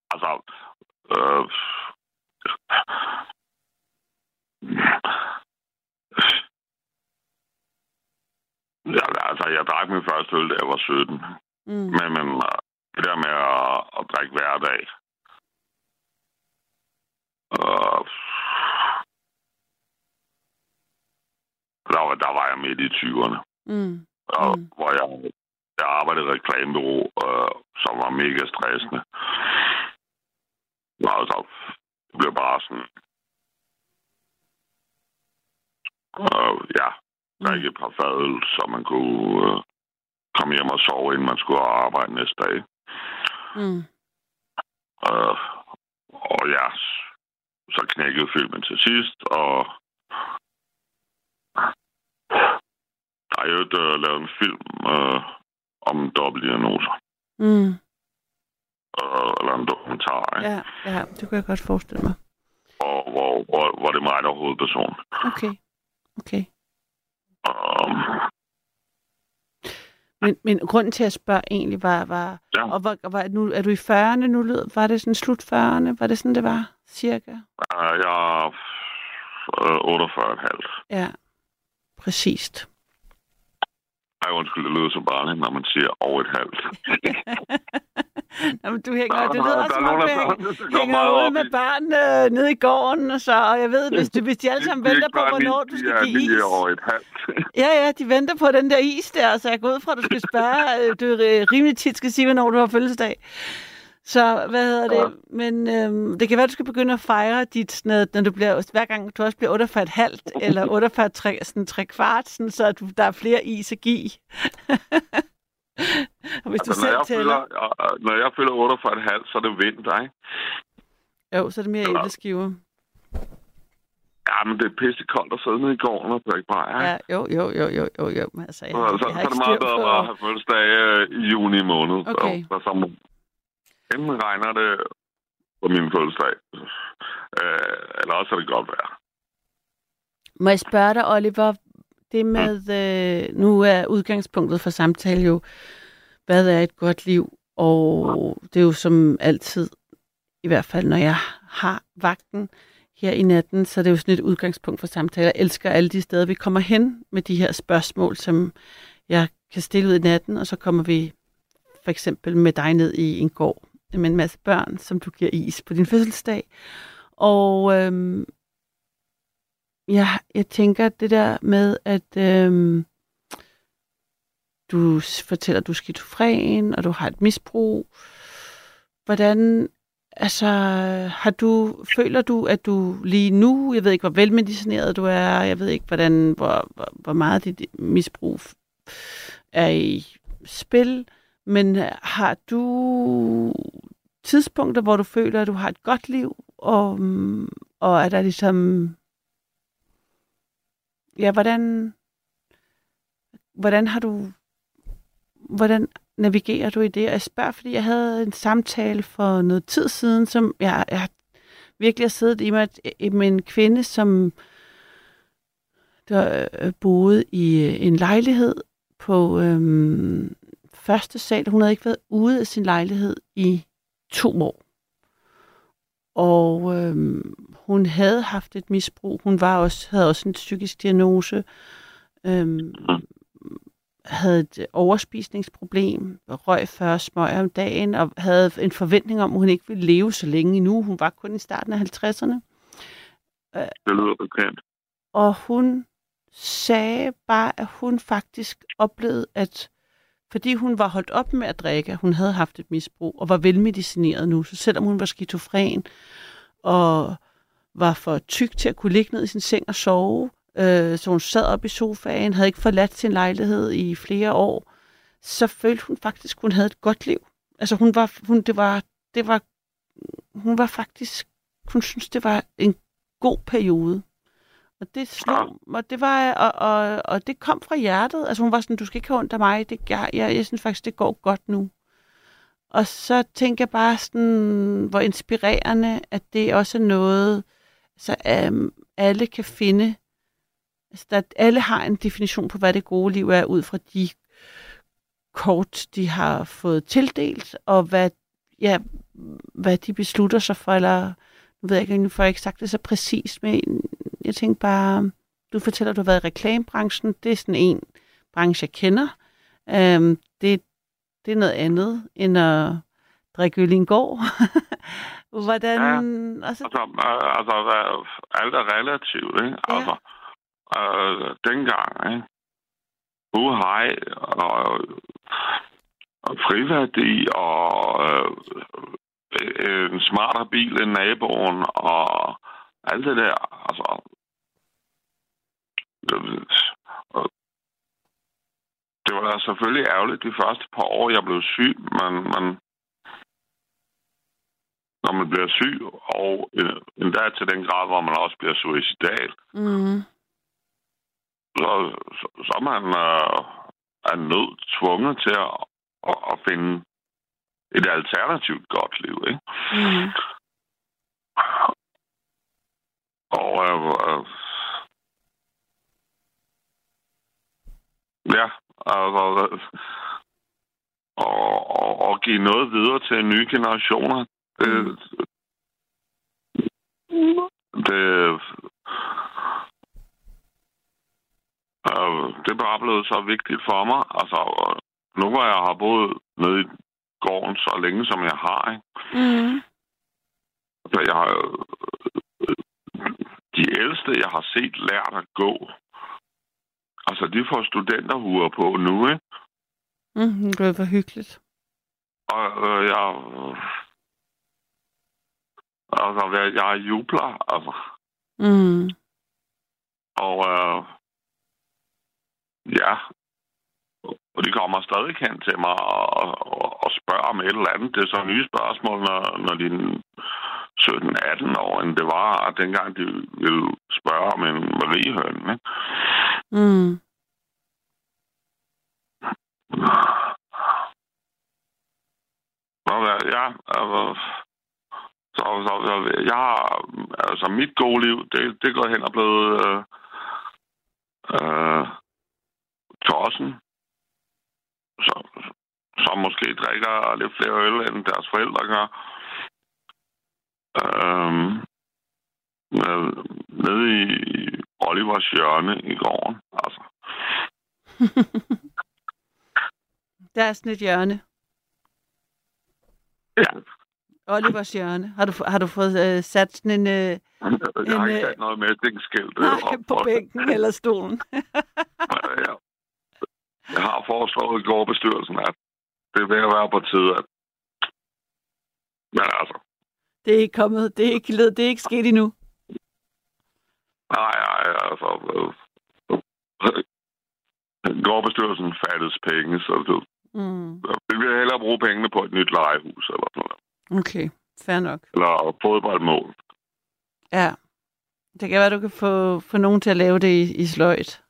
Jeg drak min første øl, da jeg var 17. Mm. Men det der med at drikke hver dag, der var jeg midt i 20'erne. Mm. Hvor jeg arbejdede i et reklamebureau, som var mega stressende. Det blev bare sådan... drikke et par fadøl, så man kunne komme hjem og sove, inden man skulle arbejde næste dag. Mm. Så knækkede filmen til sidst, og der er jo lavet en film om dobbeltdiagnoser. Mm. Eller en dokumentar, ikke? Ja, det kunne jeg godt forestille mig. Og hvor det er mig, der er hovedperson. Okay. Men grunden til at spørge egentlig var ja. Og nu er du i 40'erne nu? Var det sådan slut 40'erne? Var det sådan, det var cirka? Jeg er 48,5. Ja, præcist. Ej, undskyld, det lyder så barnligt, når man siger over et halvt. Nå, men du hænger, det lyder som om, du hænger ude med børn nede i gården, og jeg ved, hvis de alle sammen venter på, hvornår du skal give is. Over et halvt. Ja, de venter på den der is der, så jeg går ud fra, at du skal spørge, du rimelig tit skal sige, hvornår du har fødselsdag. Så, hvad hedder det? Men det kan være, du skal begynde at fejre dit, når du bliver, hver gang du også bliver 48,5 eller 48,75, så der er flere is at give. Hvis du selv tæller. Når jeg fylder 48,5, så er det vinter, ikke? Jo, så er det mere æbleskiver. Ja, men det er pissekoldt at sidde nede i gården og drikke bajer. Ja, jo. Altså, så er det meget bedre at have fødselsdag i juni måned. Okay. Så enten regner det på min fødselsdag, eller også er det godt vejr. Må jeg spørge dig, Oliver, det med, nu er udgangspunktet for samtale jo, hvad er et godt liv? Og det er jo som altid, i hvert fald når jeg har vagten her i natten, så det er jo sådan et udgangspunkt for samtale. Jeg elsker alle de steder, vi kommer hen med de her spørgsmål, som jeg kan stille ud i natten, og så kommer vi for eksempel med dig ned i en gård med en masse børn, som du giver is på din fødselsdag. Og jeg tænker det der med, at du fortæller, at du er skizofren, og du har et misbrug. Hvordan, føler du, at du lige nu, jeg ved ikke, hvor velmedicineret du er, jeg ved ikke, hvor meget dit misbrug er i spil, men har du tidspunkter, hvor du føler, at du har et godt liv, og er der ligesom... Ja, hvordan navigerer du i det? Og jeg spørger, fordi jeg havde en samtale for noget tid siden, som jeg virkelig har siddet i mig med en kvinde, som der boede i en lejlighed på første sal. Hun havde ikke været ude af sin lejlighed i 2 år. Og hun havde haft et misbrug. Hun havde også en psykisk diagnose. havde et overspisningsproblem, røg 40 smøger om dagen, og havde en forventning om, at hun ikke ville leve så længe endnu. Hun var kun i starten af 50'erne. Det lyder bekendt. Og hun sagde bare, at hun faktisk oplevede, at fordi hun var holdt op med at drikke, hun havde haft et misbrug, og var velmedicineret nu, så selvom hun var skizofren, og var for tyk til at kunne ligge ned i sin seng og sove, så hun sad op i sofaen, havde ikke forladt sin lejlighed i flere år, så følte hun faktisk, at hun havde et godt liv. Altså hun synes, det var en god periode. Og det slog, og det var, og det kom fra hjertet. Altså hun var sådan, du skal ikke have ondt af mig. Jeg synes faktisk, det går godt nu. Og så tænker jeg bare sådan, hvor inspirerende, at det også er noget, så alle kan finde, altså alle har en definition på, hvad det gode liv er, ud fra de kort, de har fået tildelt, og hvad de beslutter sig for, eller nu ved jeg ikke, nu får jeg ikke sagt det så præcist, men jeg tænker bare, du fortæller, at du har været i reklamebranchen. Det er sådan en branche, jeg kender. Det er noget andet, end at drikke øl i en gård. Hvordan... Ja, altså, alt er relativt, ikke? Ja. Altså, dengang, ikke? Hej og friværdi og en smartere bil end naboen og alt det der, altså det var da selvfølgelig ærgerligt de første par år, jeg blev syg, men når man bliver syg, og endda til den grad, hvor man også bliver suicidal, så er man tvunget til at finde et alternativt godt liv, ikke? Og ja, altså, og give noget videre til nye generationer. Det er bare blevet så vigtigt for mig. Altså, nu hvor jeg har boet nede i gården så længe, som jeg har, ikke? Altså, jeg har de ældste, jeg har set, lært at gå. Altså, de får studenterhuer på nu, ikke? Det var hyggeligt. Og jeg jubler, altså. Og ja, og de kommer stadig hen til mig og spørger om et eller andet. Det er så nye spørgsmål, når de 17-18 år, end det var, dengang de ville spørge om en mariehøne, ikke? Ja, så jeg har, altså mit gode liv, det er gået hen og blevet tossen, som måske drikker lidt flere øl, end deres forældre gør. Nede i Olivers hjørne i gården, altså. Der er sådan et hjørne. Ja. Olivers hjørne. Har du fået sat sådan en... Jeg har ikke sat noget mætningsskilt. På bænken eller stolen. Ja. Jeg har foreslået i gårdbestyrelsen, at det er ved at være på tide, at... Men altså... Det er ikke kommet. Det er ikke sket endnu. Nej, altså... Gårdbestyrelsen fattes penge, så det... Vi vil hellere bruge pengene på et nyt legehus eller sådan noget. Okay, fair nok. Eller fodboldmål. Ja. Det kan være, du kan få nogen til at lave det i sløjt.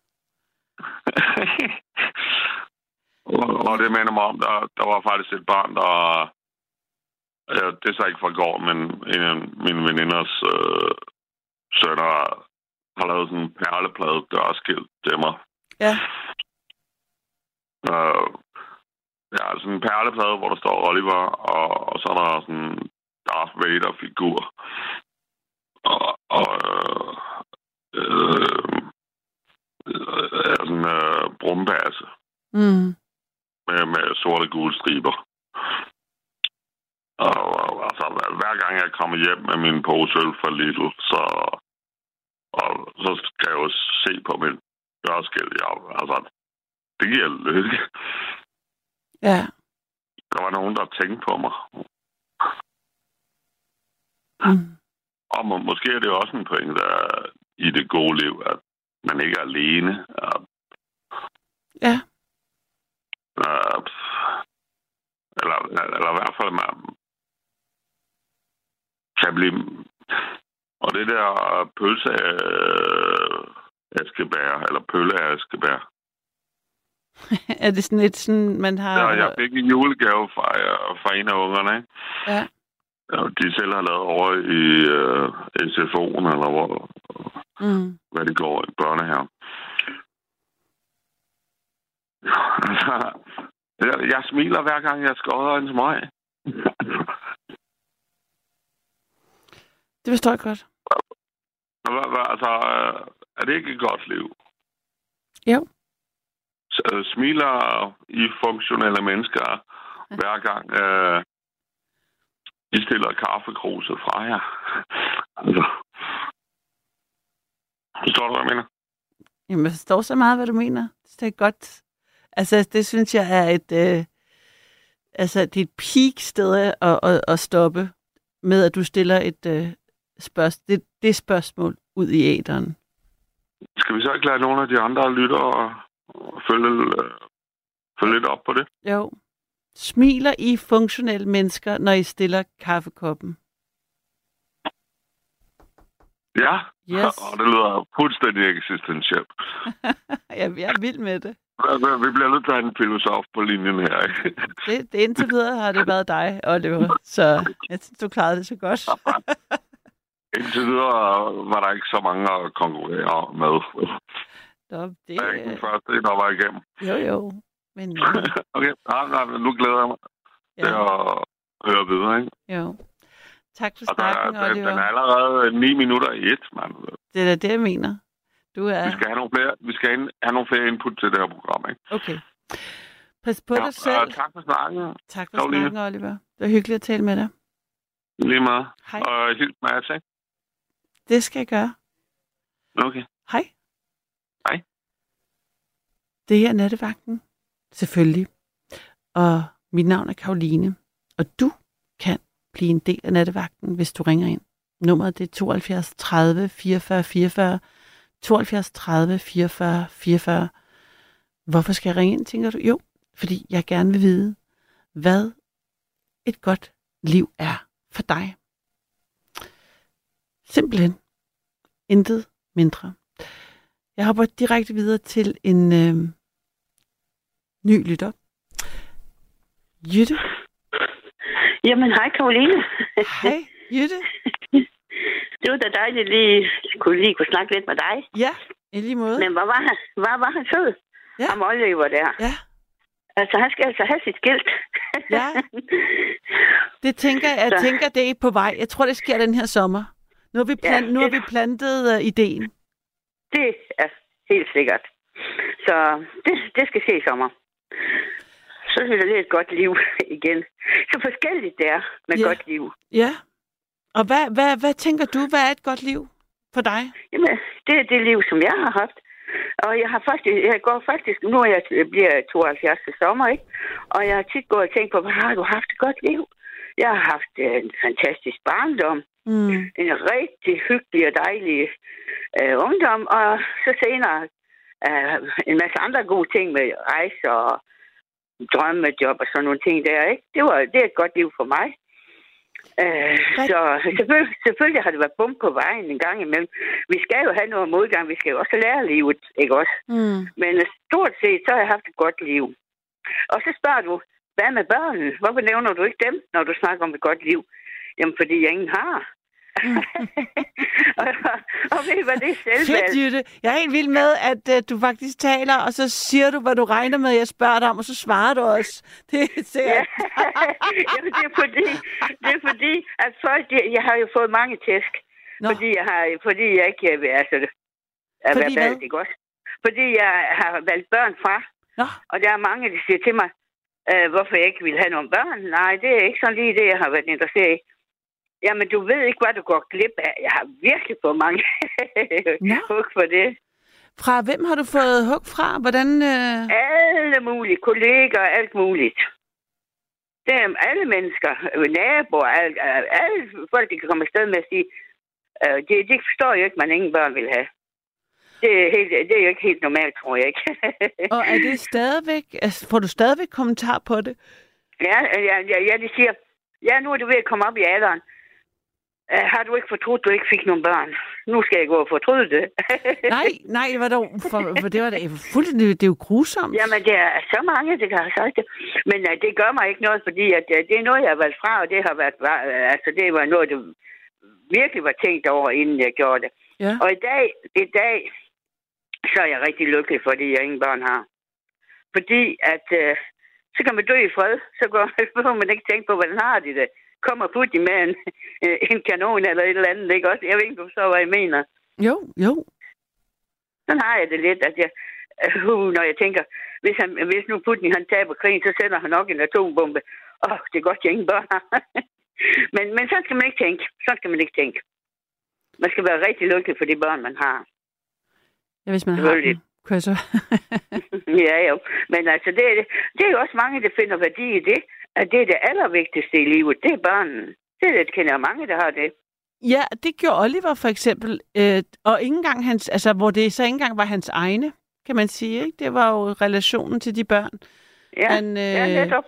Og det minder mig om, der var faktisk et barn, der... det er så ikke fra går, men en af mine veninders sønner har lavet sådan en perleplade dørskilt til mig. Ja. Ja, sådan en perleplade, hvor der står Oliver, og så er der sådan en Darth Vader-figur. Og sådan en brumbasse. Med sorte gule striber. Og altså, hver gang jeg kommer hjem med min poseøl fra Lidl, så skal jeg jo se på min dørskilt. Altså, det giver lykke. Ja. Der var nogen, der tænkte på mig. Og måske er det også en pointe i det gode liv, at man ikke er alene. Ja. Eller i hvert fald, man kan blive... Og det der pølseaskebær, eller pølleaskebær. Er det sådan et, sådan, man har... Ja, jeg fik en julegave fra en af ungerne, ikke? Ja. De selv har lavet over i SFO'en, eller hvad det går i børnehave. Jeg smiler hver gang, jeg skåder en smøg. Det forstår jeg godt. Altså, er det ikke et godt liv? Jo. Smiler I funktionelle mennesker hver gang I stiller kaffekruset fra jer? Altså, forstår du, hvad jeg mener? Jamen, jeg forstår så meget, hvad du mener. Det er godt. Altså, det synes jeg er et... det er et peak-sted at stoppe med, at du stiller et det spørgsmål ud i æteren. Skal vi så ikke lade nogle af de andre lyttere følge lidt op på det? Jo. Smiler I funktionelle mennesker, når I stiller kaffekoppen? Ja, yes. Og det lyder fuldstændig eksistentielt. Jeg er vild med det. Vi bliver nødt til at have en filosof på linjen her, ikke? Det indtil videre har det været dig, Oliver, så jeg synes, du klarede det så godt. Indtil videre var der ikke så mange at konkurrere med. Det er ikke den første, der var igennem. Jo. Men, okay, nu glæder jeg mig til at høre videre, ikke? Jo. Tak for snakken, Oliver. Den er allerede 9 minutter i 1, mand. Det er det, jeg mener. Vi skal have nogle flere input til det her program, ikke? Okay. Pas på dig selv. Tak for snakken. Tak for snakken, Oliver. Det var hyggeligt at tale med dig. Lige meget. Hej. Og hils Mads, ikke? Det skal jeg gøre. Okay. Hej. Hej. Det her er Nattevagten. Selvfølgelig. Og mit navn er Karoline. Og du kan blive en del af Nattevagten, hvis du ringer ind. Nummeret det er 72 30 44 44. 72 30 44 44. Hvorfor skal jeg ringe ind, tænker du? Jo, fordi jeg gerne vil vide, hvad et godt liv er for dig. Simpelthen. Intet mindre. Jeg hopper direkte videre til en ny lytter. Jytte? Jamen, hej Karoline. Hej, Jytte. Det var da dejligt lige kunne snakke lidt med dig. Ja, i lige måde. Men hvor var han sød? Ja. Ham Oliver der. Ja. Altså, han skal altså have sit skilt. Ja. Det tænker det er på vej. Jeg tror, det sker den her sommer. Nu har vi plantet ideen. Det er helt sikkert. Så det skal se i sommer. Så vil det et godt liv igen. Så forskelligt det er med godt liv. Ja. Og hvad tænker du, hvad er et godt liv for dig? Jamen, det er det liv, som jeg har haft. Og nu bliver jeg 72 til sommer, ikke? Og jeg har tit gået og tænkt på, hvad har du haft et godt liv? Jeg har haft en fantastisk barndom. En rigtig hyggelig og dejlig ungdom. Og så senere en masse andre gode ting med rejser og drømmejob og sådan nogle ting der, ikke? Det er et godt liv for mig. Så selvfølgelig har det været bump på vejen en gang imellem. Vi skal jo have noget modgang. Vi skal jo også lære livet, ikke også? Men stort set, så har jeg haft et godt liv. Og så spørger du, hvad med børnene? Hvorfor nævner du ikke dem, når du snakker om et godt liv? Jamen, fordi jeg ingen har. og ved I, hvad det er selvvalgt? Fedt, Jytte. Jeg er helt vild med, at du faktisk taler, og så siger du, hvad du regner med, jeg spørger dig om, og så svarer du også. Det er sikkert. Jamen, det er fordi, at folk, jeg har jo fået mange tæsk. Fordi jeg ikke er valgt, ikke også? Fordi jeg har valgt børn fra, Nå. Og der er mange, der siger til mig, hvorfor jeg ikke vil have nogle børn. Nej, det er ikke sådan lige det, jeg har været interesseret i. Jamen, du ved ikke, hvad du går glip af. Jeg har virkelig fået mange hug for det. Fra hvem har du fået hug fra? Hvordan? Alle mulige kolleger, alt muligt. Det er alle mennesker, naboer, alle folk, der kan komme afsted med at sige, de forstår jo ikke, at man ingen børn vil have. Det er jo ikke helt normalt, tror jeg ikke. Og er det stadigvæk, altså, får du stadigvæk kommentar på det? Ja, de siger, ja, nu er du ved at komme op i alderen. Har du ikke fortrudt, du ikke fik nogen børn? Nu skal jeg gå og fortryde det. nej, for det var da fuldstændig, det er jo grusomt. Jamen, det er så mange, det kan have sagt det. Men det gør mig ikke noget, fordi at, det er noget, jeg har valgt fra, og det har været, altså det var noget, der virkelig var tænkt over, inden jeg gjorde det. Ja. Og i dag, så er jeg rigtig lykkelig, fordi jeg ingen børn har. Fordi at, så kan man dø i fred, så går man ikke tænke på, hvordan har de det. Kommer Putin med en kanon eller et eller andet, ikke også? Jeg ved ikke, du så, hvad jeg mener. Jo. Sådan har jeg det lidt, at jeg, når jeg tænker, hvis nu Putin han taber krigen, så sender han nok en atombombe. Det er godt, jeg ingen børn har. men sådan skal man ikke tænke. Sådan skal man ikke tænke. Man skal være rigtig lykkelig for de børn, man har. Ja, hvis man har dem. Så. Ja, jo. Men altså, det er jo også mange, der finder værdi i det. At det er det allervigtigste i livet. Det er børnene. Det kender jeg mange, der har det. Ja, det gjorde Oliver for eksempel. Og ikke engang hans, altså, hvor det så ikke engang var hans egne, kan man sige. Ikke? Det var jo relationen til de børn. Ja, han netop.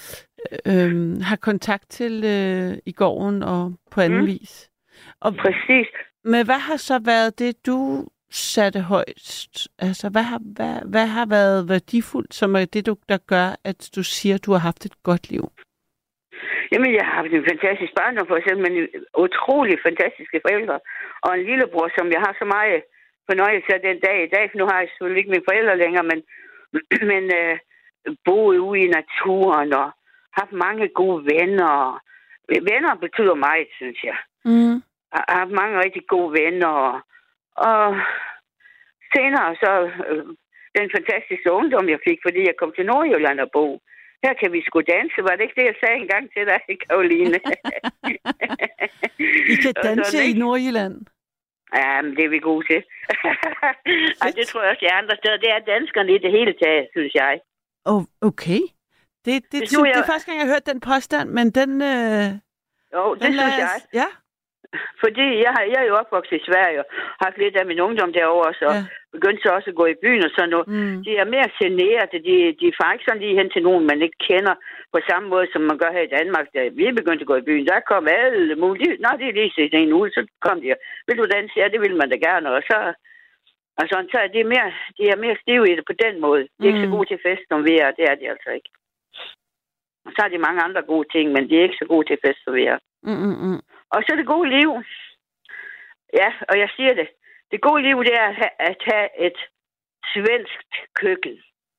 Har kontakt til i gården og på anden vis. Og, præcis. Men hvad har så været det, du satte højst? Altså, hvad har været værdifuldt, som er det, der gør, at du siger, at du har haft et godt liv? Jamen, jeg har haft en fantastisk barndom, for eksempel, men utrolig fantastiske forældre. Og en lillebror, som jeg har så meget fornøjelse af den dag i dag, for nu har jeg selvfølgelig ikke mine forældre længere, men boet ude i naturen og haft mange gode venner. Venner betyder meget, synes jeg. Jeg har haft mange rigtig gode venner, og senere så den fantastiske ungdom, jeg fik, fordi jeg kom til Nordjylland og bo. Her kan vi sgu danse. Var det ikke det, jeg sagde engang til dig, Karoline? I kan danse i Nordjylland? Ja, men det er vi gode til. Det tror jeg også, jeg andre steder. Det er danskerne i det hele taget, synes jeg. Okay. Det er første gang, jeg har hørt den påstand, men den... det synes jeg. Ja. Fordi jeg er jo opvokset i Sverige og har haft lidt af min ungdom derovre, så begyndte så også at gå i byen og sådan noget. De er mere generede. De farer ikke sådan lige hen til nogen, man ikke kender på samme måde, som man gør her i Danmark. Da vi begyndte at gå i byen, der kom alle mulige. Nå, det er lige set en uge, så kom de. Vil du danse? Ja, det vil man da gerne. Og så er de er mere stive i det på den måde. De er ikke så gode til fest, som vi er. Det er de altså ikke. Og så har de mange andre gode ting, men de er ikke så gode til fest, som vi er. Og så det gode liv. Ja, og jeg siger det. Det gode liv, det er at have et svensk køkken.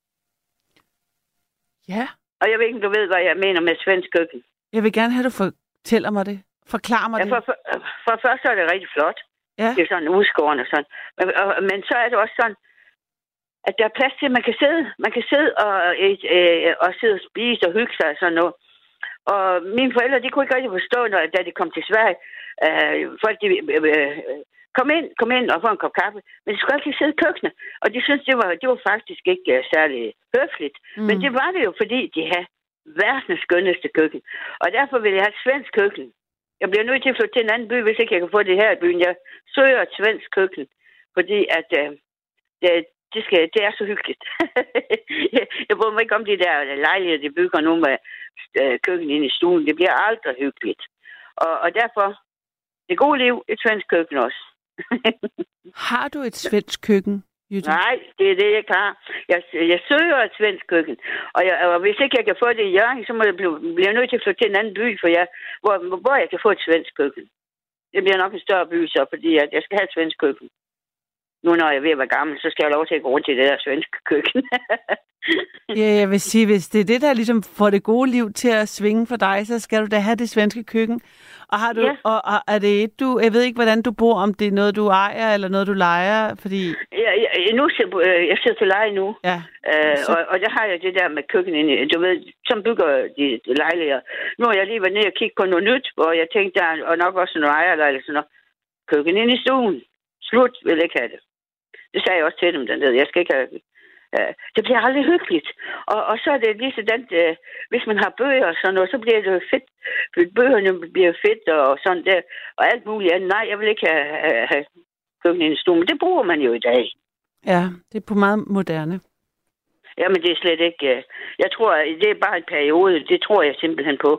Ja. Og jeg ved ikke, om du ved, hvad jeg mener med svensk køkken. Jeg vil gerne have, at du fortæller mig det. Forklar mig det. For først så er det rigtig flot. Ja. Det er sådan udskåren og sådan. Men så er det også sådan, at der er plads til, at man kan sidde og sidde og spise og hygge sig og sådan noget. Og mine forældre, de kunne ikke rigtig forstå, da de kom til Sverige. Folk, de kom ind og få en kop kaffe. Men de skulle altid sidde i køkkenet. Og de syntes, det var faktisk ikke særlig høfligt. Men det var det jo, fordi de havde verdens skønneste køkken. Og derfor ville jeg have et svensk køkken. Jeg bliver nødt til at flytte til en anden by, hvis ikke jeg kan få det her i byen. Jeg søger et svensk køkken, fordi at det er så hyggeligt. Jeg bryder mig ikke om de der lejligheder, de bygger nu med køkken inde i stuen. Det bliver aldrig hyggeligt. Og derfor, det gode liv, et svensk køkken også. Har du et svensk køkken, Jytte? Nej, det er det, jeg ikke har. Jeg søger et svensk køkken. Og hvis ikke jeg kan få det i Hjørring, så må jeg blive nødt til at flytte til en anden by, hvor jeg kan få et svensk køkken. Det bliver nok en større by så, fordi jeg skal have et svensk køkken. Nu når jeg er ved at være gammel, så skal jeg have lov til at gå rundt til det der svenske køkken. Ja, jeg vil sige, hvis det er det, der ligesom får det gode liv til at svinge for dig, så skal du da have det svenske køkken. Og har du, og er det et, jeg ved ikke, hvordan du bor, om det er noget, du ejer, eller noget, du lejer, fordi... Jeg sidder til leje nu. Ja. Og der har jeg det der med køkken inde. Du ved, som bygger de lejligheder. Nu har jeg lige været nede og kigge på noget nyt, hvor jeg tænkte, der og nok også noget ejerlejlighed, sådan noget. Køkken inde i stuen. Slut, vil jeg ikke have det. Det sagde jeg også til dem dernede. Jeg skal ikke have det. Det bliver aldrig hyggeligt. Og så er det lige sådan, hvis man har bøger og sådan noget, så bliver det fedt. Bøgerne bliver fedt og sådan der. Og alt muligt andet. Nej, jeg vil ikke have køkken inde i stuen. Men det bruger man jo i dag. Ja, det er på meget moderne. Jamen, det er slet ikke... Jeg tror, det er bare en periode. Det tror jeg simpelthen på.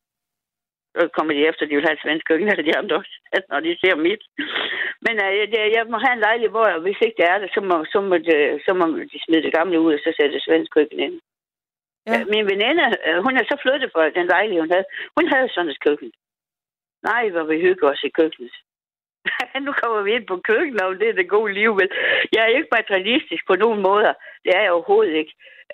Så kommer de efter, de vil have et svensk køkken, eller de andre også, når de ser mit. Men jeg må have en lejlighed, hvor hvis ikke det er det, så må de smide det gamle ud, og så sætte det svensk køkken ind. Ja. Min veninde, hun er så flyttet fra den lejlighed, hun havde. Hun havde sådan et køkken. Nej, hvor vi hygger os i køkkenet. Nu kommer vi ind på køkkenet, og det er det gode liv. Vel? Jeg er ikke materialistisk på nogen måder. Det er jeg overhovedet ikke.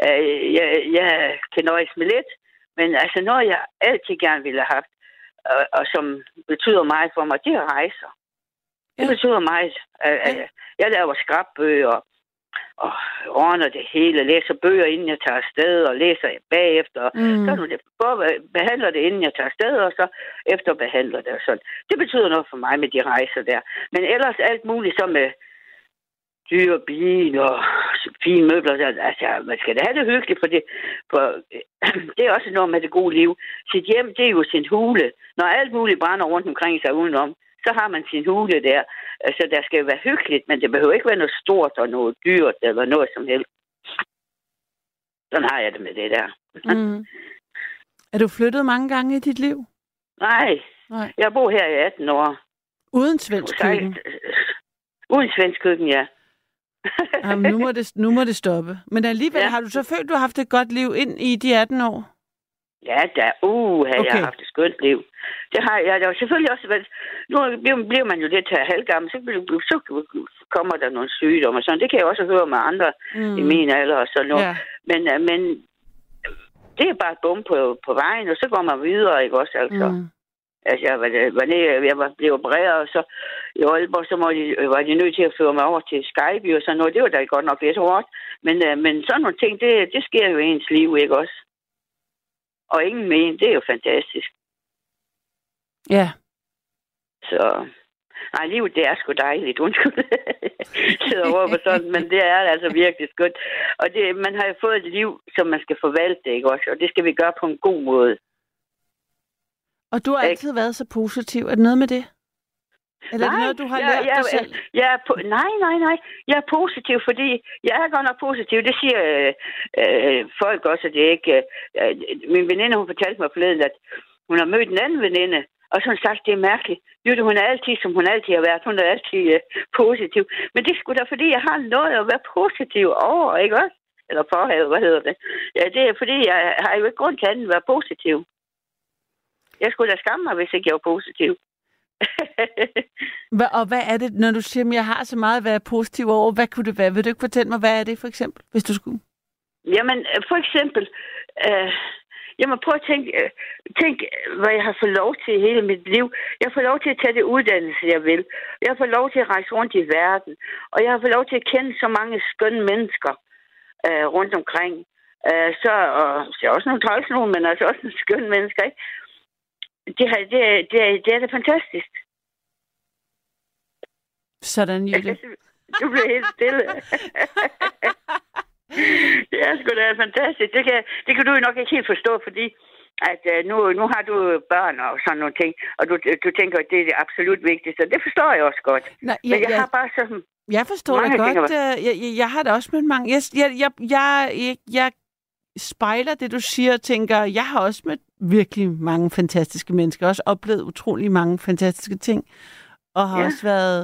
Jeg kan nøjes med lidt. Men altså, når jeg altid gerne ville have haft, og som betyder meget for mig, det er rejser. Det betyder meget. Jeg laver skrabbøger og ordner det hele. Læser bøger, inden jeg tager afsted, og læser bagefter. Så behandler det, inden jeg tager afsted, og så efter behandler det. Og sådan. Det betyder noget for mig med de rejser der. Men ellers alt muligt, som med dyre bil og fine møbler. Altså, man skal da have det hyggeligt, for det er også noget med det gode liv. Sit hjem, det er jo sin hule. Når alt muligt brænder rundt omkring sig udenom, så har man sin hule der. Så der skal være hyggeligt, men det behøver ikke være noget stort og noget dyrt eller noget som helst. Sådan har jeg det med det der. Er du flyttet mange gange i dit liv? Nej. Jeg bor her i 18 år. Uden svensk køkken? Uden svensk køkken, ja. Jamen, nu må det stoppe. Men alligevel, har du så følt, du har haft et godt liv ind i de 18 år? Ja, jeg har haft et skønt liv. Det har jeg da selvfølgelig også været. Nu bliver man jo lidt halvgammel, så kommer der nogle sygdomme og sådan. Det kan jeg også høre med andre i min alder og sådan noget. Ja. Men det er bare et bum på vejen, og så går man videre, ikke også altså. Altså, jeg blev opereret, og så i Aalborg, så var de nødt til at føre mig over til Skyby og sådan noget. Det var da godt nok lidt hårdt. Men sådan nogle ting, det sker jo i ens liv, ikke også? Og ingen men, det er jo fantastisk. Ja. Så... Nej, livet, det er sgu dejligt. Undskyld. Sidder over på sådan, men det er altså virkelig skønt. Og man har jo fået et liv, som man skal forvalte, ikke også? Og det skal vi gøre på en god måde. Og du har altid været så positiv. Er det noget med det? Eller er det noget, du har lært dig selv? Nej. Jeg er positiv, fordi jeg er godt nok positiv. Det siger folk også, at det ikke... min veninde, hun fortalte mig forleden, at hun har mødt en anden veninde, og så har hun sagt, det er mærkeligt. Hun er altid, som hun altid har været. Hun er altid positiv. Men det er sgu da, fordi jeg har noget at være positiv over, ikke også? Eller forhavet, hvad hedder det? Ja, det er fordi, jeg har jo ikke grund til at være positiv. Jeg skulle da skamme mig, hvis ikke jeg var positiv. Og hvad er det, når du siger, at jeg har så meget at være positiv over? Hvad kunne det være? Vil du ikke fortælle mig, hvad er det for eksempel, hvis du skulle? Jamen, for eksempel... Jamen, prøv at tænk, hvad jeg har fået lov til i hele mit liv. Jeg får lov til at tage det uddannelse, jeg vil. Jeg får lov til at rejse rundt i verden. Og jeg har fået lov til at kende så mange skønne mennesker rundt omkring. Så er også nogle træls nogen, men altså også nogle skønne mennesker, ikke? Det er da fantastisk. Sådan, Jytte. Du bliver helt stille. Det er sgu da fantastisk. Det kan du jo nok ikke helt forstå, fordi at nu har du børn og sådan nogle ting, og du tænker, at det er det absolut vigtigste. Det forstår jeg også godt. Nej, men jeg har bare sådan... Jeg forstår det godt. Jeg har det også med mange... Jeg spejler det, du siger, og tænker, jeg har også mødt virkelig mange fantastiske mennesker, også oplevet utrolig mange fantastiske ting, og har også været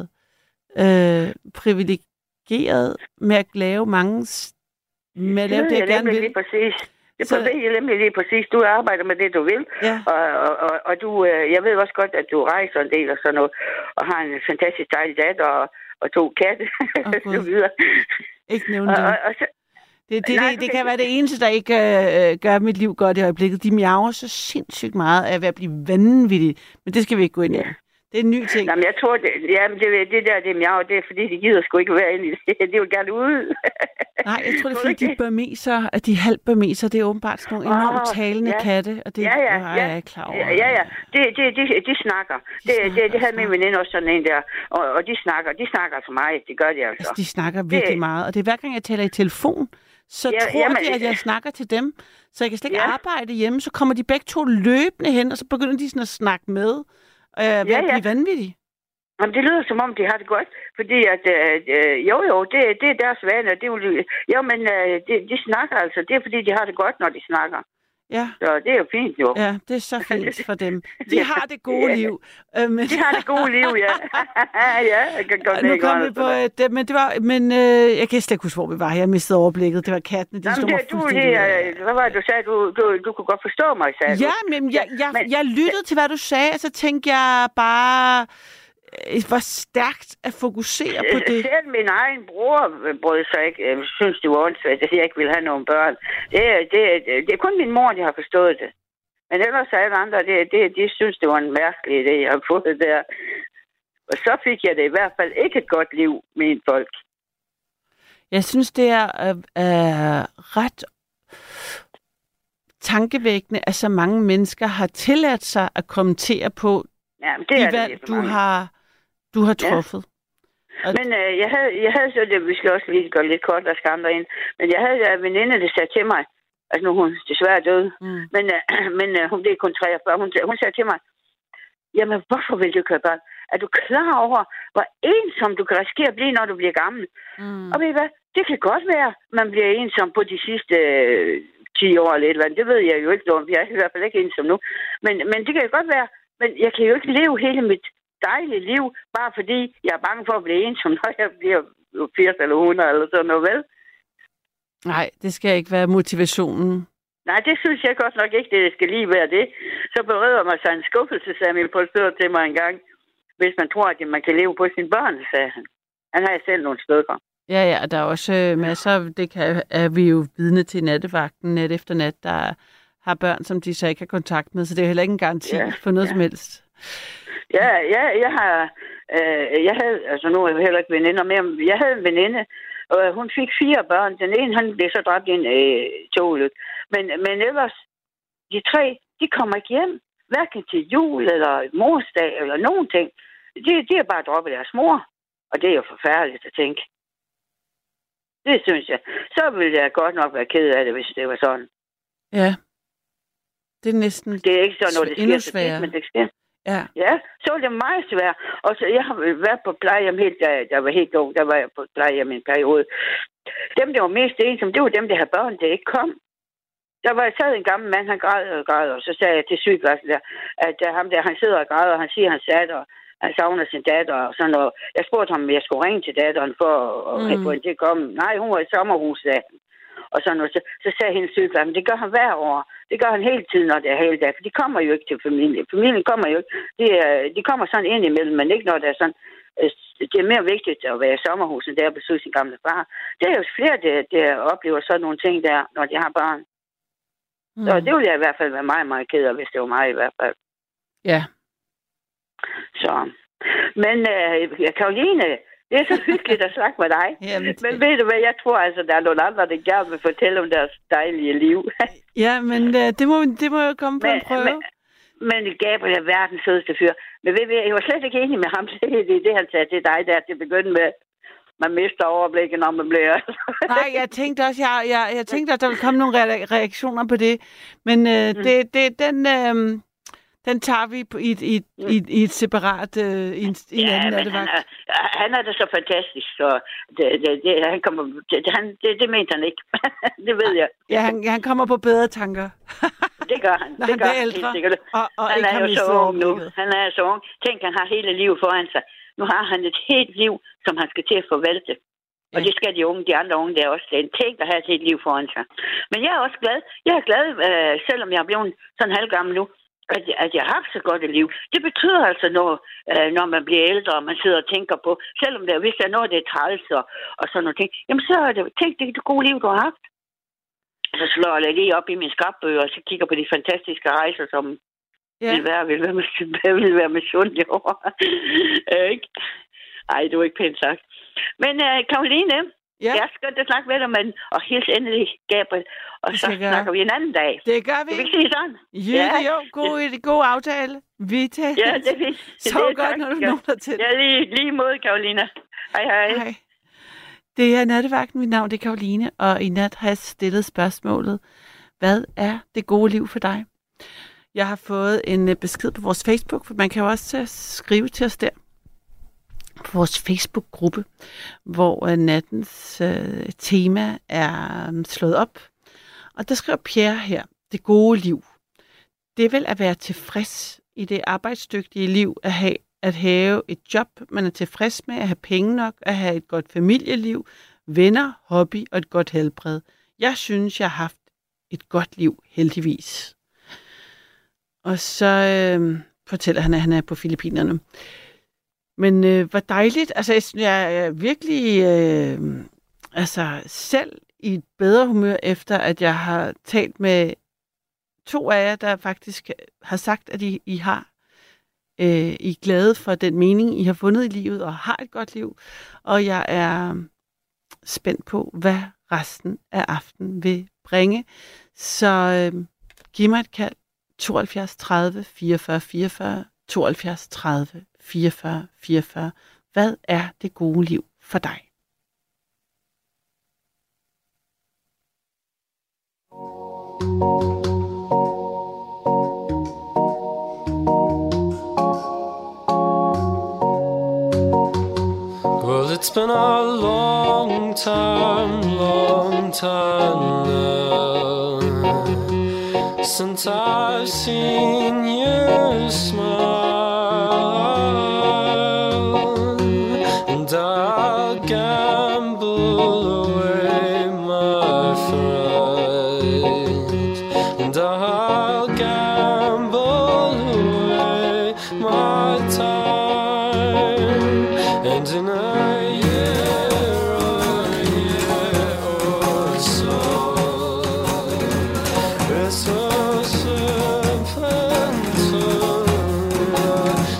privilegeret med at lave mange... Med at lave det, jeg gerne vil. Lige præcis. Det er nemlig lige præcis. Du arbejder med det, du vil, og du, jeg ved også godt, at du rejser en del og sådan noget, og har en fantastisk dejlig datter og 2 katte, og så videre. Ikke nævne det. Det kan være det eneste, der ikke gør mit liv godt i øjeblikket. De miaver så sindssygt meget af at blive vanvittige. Men det skal vi ikke gå ind i. Det er en ny ting. Jamen, jeg tror, det er miau, det er fordi, de gider sgu ikke være inde i det. De vil gerne ud. Nej, jeg tror, det er fordi, de burmeser, at de halvt burmeser, det er åbenbart sådan nogle enormt talende katte, og det er jeg ikke klar over. Ja. De snakker. Det havde min veninde også sådan en der, og de snakker altså meget. Det gør de altså. De snakker virkelig meget, og det er hver gang, jeg taler i telefon, så tror de, at jeg snakker til dem, så jeg kan slet ikke arbejde hjemme, så kommer de begge to løbende hen, og så begynder de sådan at snakke med, ved at blive vanvittige. Jamen, det lyder som om, de har det godt, fordi at, det er deres vaner. De snakker altså. Det er fordi, de har det godt, når de snakker. Ja. Så det er jo fint, jo. Ja, det er så fint for dem. De har det gode liv. De har det gode liv, ja. Ja, jeg kan godt nu kom vi på men jeg kan slet ikke huske, hvor vi var. Jeg mistede overblikket. Det var kattene, de stod mig fuldstændig. Hvad var det, du sagde? Du kunne godt forstå mig, sagde du. Ja, men jeg lyttede til, hvad du sagde, og så tænkte jeg bare... Hvor stærkt at fokusere på det. Selv min egen bror brød sig ikke. Jeg synes, det var åndssvagt, at jeg ikke ville have nogen børn. Det er kun min mor, der har forstået det. Men ellers alle andre, de synes, det var en mærkelig idé, jeg har fået der. Og så fik jeg det i hvert fald ikke et godt liv med en folk. Jeg synes, det er ret tankevækkende, at så mange mennesker har tilladt sig at kommentere på de valg, du har truffet. Ja. Men jeg havde så det, vi skal også lige gøre lidt kort, der skal andre ind, men jeg havde en veninde, der sagde til mig, altså nu hun desværre døde, men hun blev kun 43, hun sagde til mig, jamen hvorfor vil du ikke have børn? Er du klar over, hvor ensom du kan risikere at blive, når du bliver gammel? Og ved I hvad, det kan godt være, man bliver ensom på de sidste 10 år eller et eller andet. Det ved jeg jo ikke, jeg er i hvert fald ikke ensom nu, men det kan godt være, men jeg kan jo ikke leve hele mit dejlige liv, bare fordi jeg er bange for at blive ensom, når jeg bliver 80 eller 100 eller sådan noget, vel? Nej, det skal ikke være motivationen. Nej, det synes jeg godt nok ikke, det skal lige være det. Så bereder mig sig en skuffelse, sagde min polstør til mig en gang, hvis man tror, at man kan leve på sine børn, sagde han. Han har selv nogle stykker. Ja, der er også masser, er vi jo vidne til nattevagten, nat efter nat, der har børn, som de så ikke har kontakt med, så det er heller ikke en garanti for noget som helst. Ja, jeg havde, altså nu er jeg heller ikke veninder mere, jeg havde en veninde, og hun fik 4 børn. Den ene, han blev så dræbt i en togulykke. Men ellers, de 3, de kommer ikke hjem, hverken til jul eller morsdag eller nogen ting. De har bare droppet deres mor, og det er jo forfærdeligt at tænke. Det synes jeg. Så ville jeg godt nok være ked af det, hvis det var sådan. Ja. Det er næsten det er ikke sådan, når det sker så tit, men det sker. Ja, så var det meget svært. Og så jeg har været på plejehjem helt, da jeg var helt ung, der var jeg på plejehjem i en periode. Dem, der var mest ensomme, det var dem, der havde børn, der ikke kom. Der var sad en gammel mand, han græd, og så sagde jeg til sygepladsen der, at ham der, han sidder og græder, og han siger, han satte, og han savner sin datter, og sådan noget. Jeg spurgte ham, om jeg skulle ringe til datteren for at få hende til at komme. Nej, hun var i sommerhuset. Og sådan noget. Så sagde hendes sygeplejer, men det gør han hver år. Det gør han hele tiden, når det er hele dag, for de kommer jo ikke til familien. Familien kommer jo ikke. De kommer sådan ind imellem, men ikke når det er sådan. Det er mere vigtigt at være i sommerhuset, end det er at besøge sin gamle far. Det er jo flere, der oplever sådan nogle ting der, når de har børn. Så det ville jeg i hvert fald være meget, meget ked af, hvis det var mig i hvert fald. Ja. Så. Men Karoline, det er så hyggeligt at snakke med dig. Men ved du hvad, jeg tror altså, der er nogle andre, der gerne vil fortælle om deres dejlige liv. Ja, men det må jo komme på en prøve. Men Gabriel er verdens sødeste fyr. Men ved du, jeg var slet ikke enig med ham. Det han sagde til dig der til at begynde med. Man mister overblikket, når man bliver... Nej, jeg tænkte også, jeg tænkte, at der ville komme nogle reaktioner på det. Men den tager vi i et separat i en anden nattevagt. Han er da så fantastisk, så han kommer, det mente han ikke. Det ved jeg. Ja, han kommer på bedre tanker. Det gør han. Når han bliver ældre, og han er jo så ung nu. Han er så ung. Tænk, han har hele livet foran sig. Nu har han et helt liv, som han skal til at forvalte. Og det skal de andre unge der også. Det er en ting, der har et helt liv foran sig. Men jeg er også glad. Jeg er glad, selvom jeg er blevet sådan halvgammel nu, at jeg har haft så godt et liv. Det betyder altså noget, når man bliver ældre, og man sidder og tænker på, selvom hvis der er noget, det er træls og sådan noget ting, jamen så er det, tænk, det er det gode liv, du har haft. Så slår jeg lige op i min skabsbøger, og så kigger på de fantastiske rejser, som ville være misundelig over. Ikke? Ej, det var ikke pænt sagt. Men Karoline, jeg skal da snakke med dig, men og helt endelig, Gabriel. Og så snakker vi en anden dag. Det gør vi. Kan vi ikke sige sådan? God aftale. Vi tager. Ja, det er fint. Så godt, når du når til. Ja, lige mod, Karolina. Hej. Det er Nattevagten. Mit navn er Karoline, og i nat har jeg stillet spørgsmålet: hvad er det gode liv for dig? Jeg har fået en besked på vores Facebook, for man kan jo også skrive til os der. På vores Facebook-gruppe, hvor nattens tema er slået op. Og der skriver Pierre her: det gode liv. Det er vel at være tilfreds i det arbejdsdygtige liv, at have et job, man er tilfreds med, at have penge nok, at have et godt familieliv, venner, hobby og et godt helbred. Jeg synes, jeg har haft et godt liv, heldigvis. Og så fortæller han, at han er på Filippinerne. Men hvor dejligt. Altså, jeg er virkelig selv i et bedre humør, efter at jeg har talt med 2 af jer, der faktisk har sagt, at I er glade for den mening, I har fundet i livet, og har et godt liv. Og jeg er spændt på, hvad resten af aftenen vil bringe. Så giv mig et kald. 72 30 44 44, 72 30 44 44. Hvad er det gode liv for dig? Well, it's been a long time now since I've seen you smile, and I'll gamble away my fright, and I'll gamble away my time, and in a year or so, it's so simple to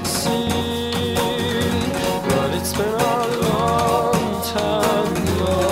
see, but it's been a long time.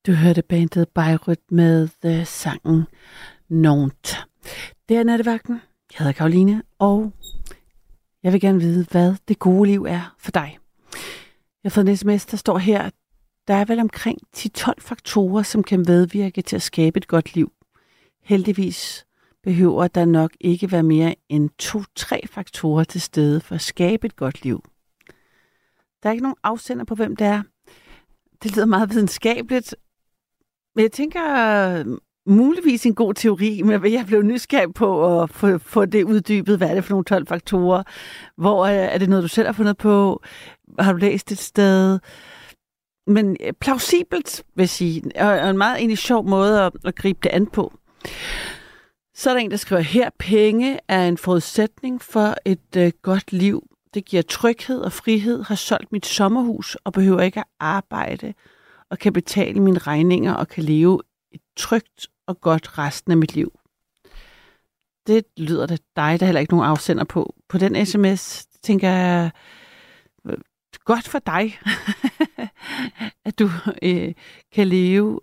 Du hørte bandet Bayreuth med sangen Nantes. Det er Nattevagten. Jeg hedder Karoline, og jeg vil gerne vide, hvad det gode liv er for dig. Jeg har fået en sms, der står her, der er vel omkring 10-12 faktorer, som kan medvirke til at skabe et godt liv. Heldigvis behøver der nok ikke være mere end 2-3 faktorer til stede for at skabe et godt liv. Der er ikke nogen afsender på, hvem det er. Det lyder meget videnskabeligt, men jeg tænker muligvis en god teori, men jeg blev nysgerrig på at få det uddybet. Hvad er det for nogle 12 faktorer? Hvor er det noget, du selv har fundet på? Har du læst et sted? Men plausibelt, vil jeg sige, og en meget egentlig sjov måde at gribe det an på. Så er der en, der skriver her, penge er en forudsætning for et godt liv. Det giver tryghed og frihed, har solgt mit sommerhus og behøver ikke at arbejde og kan betale mine regninger og kan leve et trygt og godt resten af mit liv. Det lyder da dig, der heller ikke nogen afsender på. På den sms tænker jeg, godt for dig, at du kan leve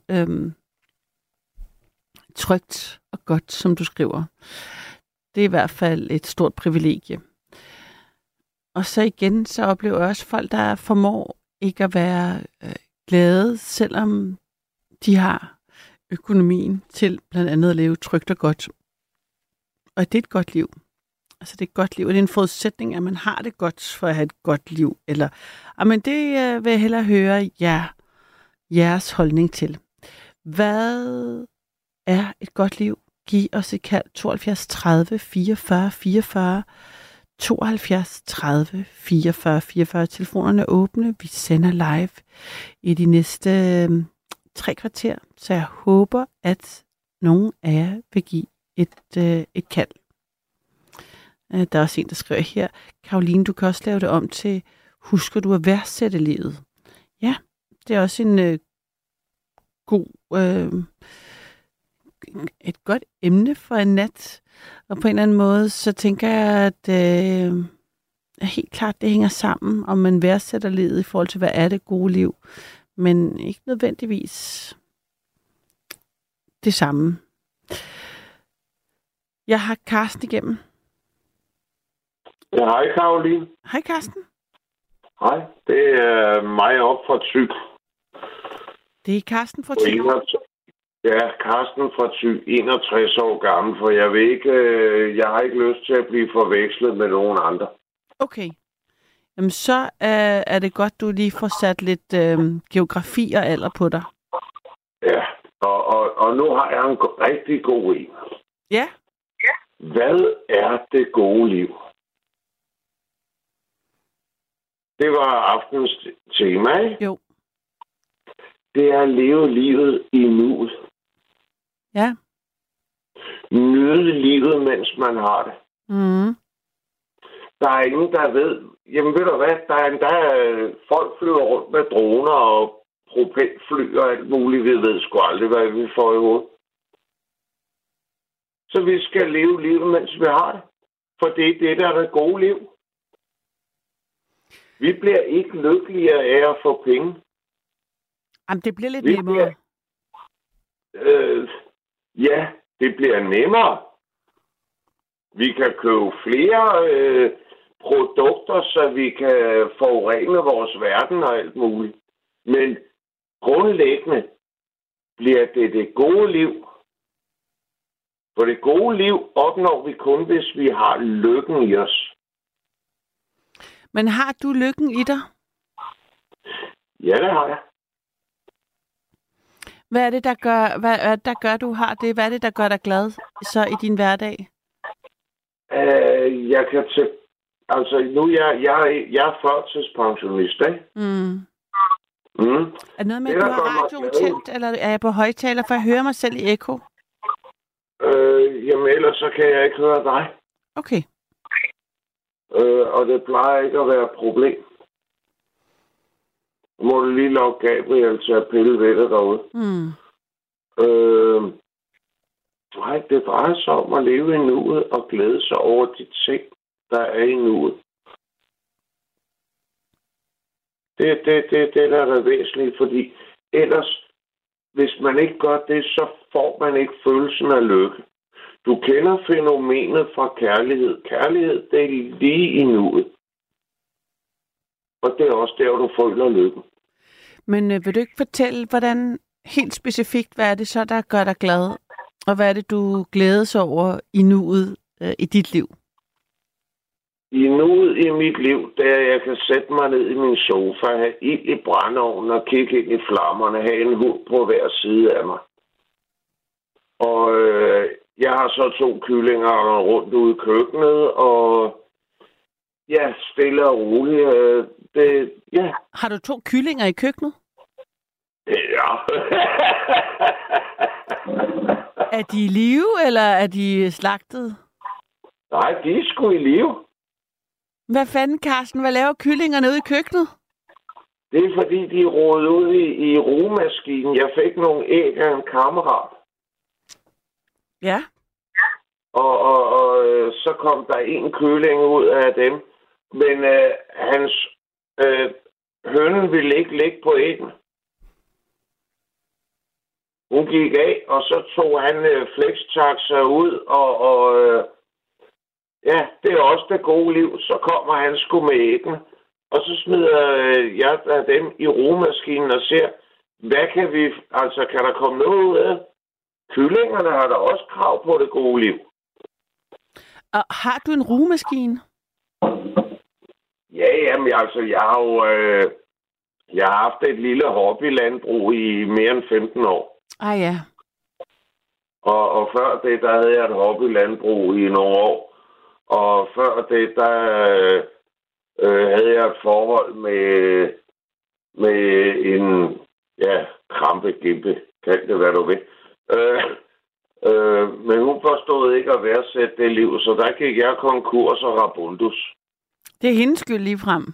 trygt og godt, som du skriver. Det er i hvert fald et stort privilegie. Og så igen, så oplever jeg også folk, der formår ikke at være glade, selvom de har økonomien til blandt andet at leve trygt og godt. Og det er et godt liv. Altså det er et godt liv, og det er en forudsætning, at man har det godt for at have et godt liv. Eller, men det vil jeg hellere høre jeres holdning til. Hvad er et godt liv? Giv os et kald 72 30 44 44 72 30 44 44. Telefonerne er åbne. Vi sender live i de næste 3 kvarter, så jeg håber, at nogen af jer vil give et kald. Der er også en, der skriver her, Karoline, du kan også lave det om til, husker du at værdsætte livet? Ja, det er også en god, et godt emne for en nat. Og på en eller anden måde, så tænker jeg, at helt klart, det hænger sammen, om man værdsætter livet i forhold til, hvad er det gode liv. Men ikke nødvendigvis det samme. Jeg har Karsten igennem. Ja, hej Karoline. Hej Karsten. Hej, det er mig op fra Thy. Det er Karsten fra Thy. Ja, Karsten fra Thy, 61 år gammel, for jeg har ikke lyst til at blive forvekslet med nogen andre. Okay. Jamen, så er det godt, du lige får sat lidt geografi og alder på dig. Ja, og nu har jeg en rigtig god en. Ja. Hvad er det gode liv? Det var aftens tema, ikke? Jo. Det er at leve livet i nuet. Ja. Nyde livet, mens man har det. Mm. Der er ingen, der ved. Jamen ved du hvad, der er folk flyver rundt med droner og propelfly og alt muligt. Vi ved sgu aldrig, hvad vi får i hovedet. Så vi skal leve livet, mens vi har det. For det er det, der er det gode liv. Vi bliver ikke lykkeligere af at få penge. Jamen, det bliver lidt nemmere. Ja, det bliver nemmere. Vi kan købe flere produkter, så vi kan forurene vores verden og alt muligt. Men grundlæggende bliver det gode liv. For det gode liv opnår vi kun, hvis vi har lykken i os. Men har du lykken i dig? Ja, det har jeg. Hvad er det, der gør, du har det? Hvad er det, der gør dig glad så i din hverdag? Jeg kan altså nu jeg er førtidspensionist, ikke? Mm. Mm. Er det noget med, at du har radioen tændt, eller er jeg på højtaler, for jeg hører mig selv i ekko? Jamen ellers så kan jeg ikke høre dig. Okay. Og det plejer ikke at være et problem. Må du lige logge Gabriel til at pille ved det derude. Mm. Nej, det drejer sig om at leve i nuet og glæde sig over de ting, der er i nuet. Det der er væsentligt, fordi ellers hvis man ikke gør det, så får man ikke følelsen af lykke. Du kender fænomenet fra kærlighed. Kærlighed, det er lige i nuet. Og det er også der, du føler lykken. Men vil du ikke fortælle, hvordan helt specifikt, hvad er det så, der gør dig glad? Og hvad er det, du glædes over i nuet i dit liv? I nuet i mit liv, der jeg kan sætte mig ned i min sofa, have ild i brændeovnen og kigge ind i flammerne, have en hund på hver side af mig. Og jeg har så 2 kyllinger rundt ude i køkkenet, og ja, stille og roligt. Ja. Har du 2 kyllinger i køkkenet? Ja. Er de i live, eller er de slagtet? Nej, de er sgu i live. Hvad fanden, Carsten? Hvad laver kyllingerne ude i køkkenet? Det er fordi, de er rodet ud i rugemaskinen. Jeg fik nogle æg af en kammerat. Ja. Og så kom der en kylling ud af dem. Men hans hønen ville ikke ligge på æggen. Hun gik af, og så tog han flextaxa ud, og ja, det er også det gode liv. Så kommer han sgu med æggen, og så smider jeg dem i rugemaskinen og ser, hvad kan vi, altså kan der komme noget ud af? Kyllingerne har da også krav på det gode liv. Og har du en rugemaskine? Ja, jamen altså, jeg har jo jeg har haft et lille hobbylandbrug i mere end 15 år. Ah ja. Og før det, der havde jeg et hobbylandbrug i nogle år. Og før det, der havde jeg et forhold med en, ja, krampegimpe. Kald det, hvad du vil. Men hun forstod ikke at værdsætte det liv, så der gik jeg konkurs og rabundus. Det er hendes skyld lige frem.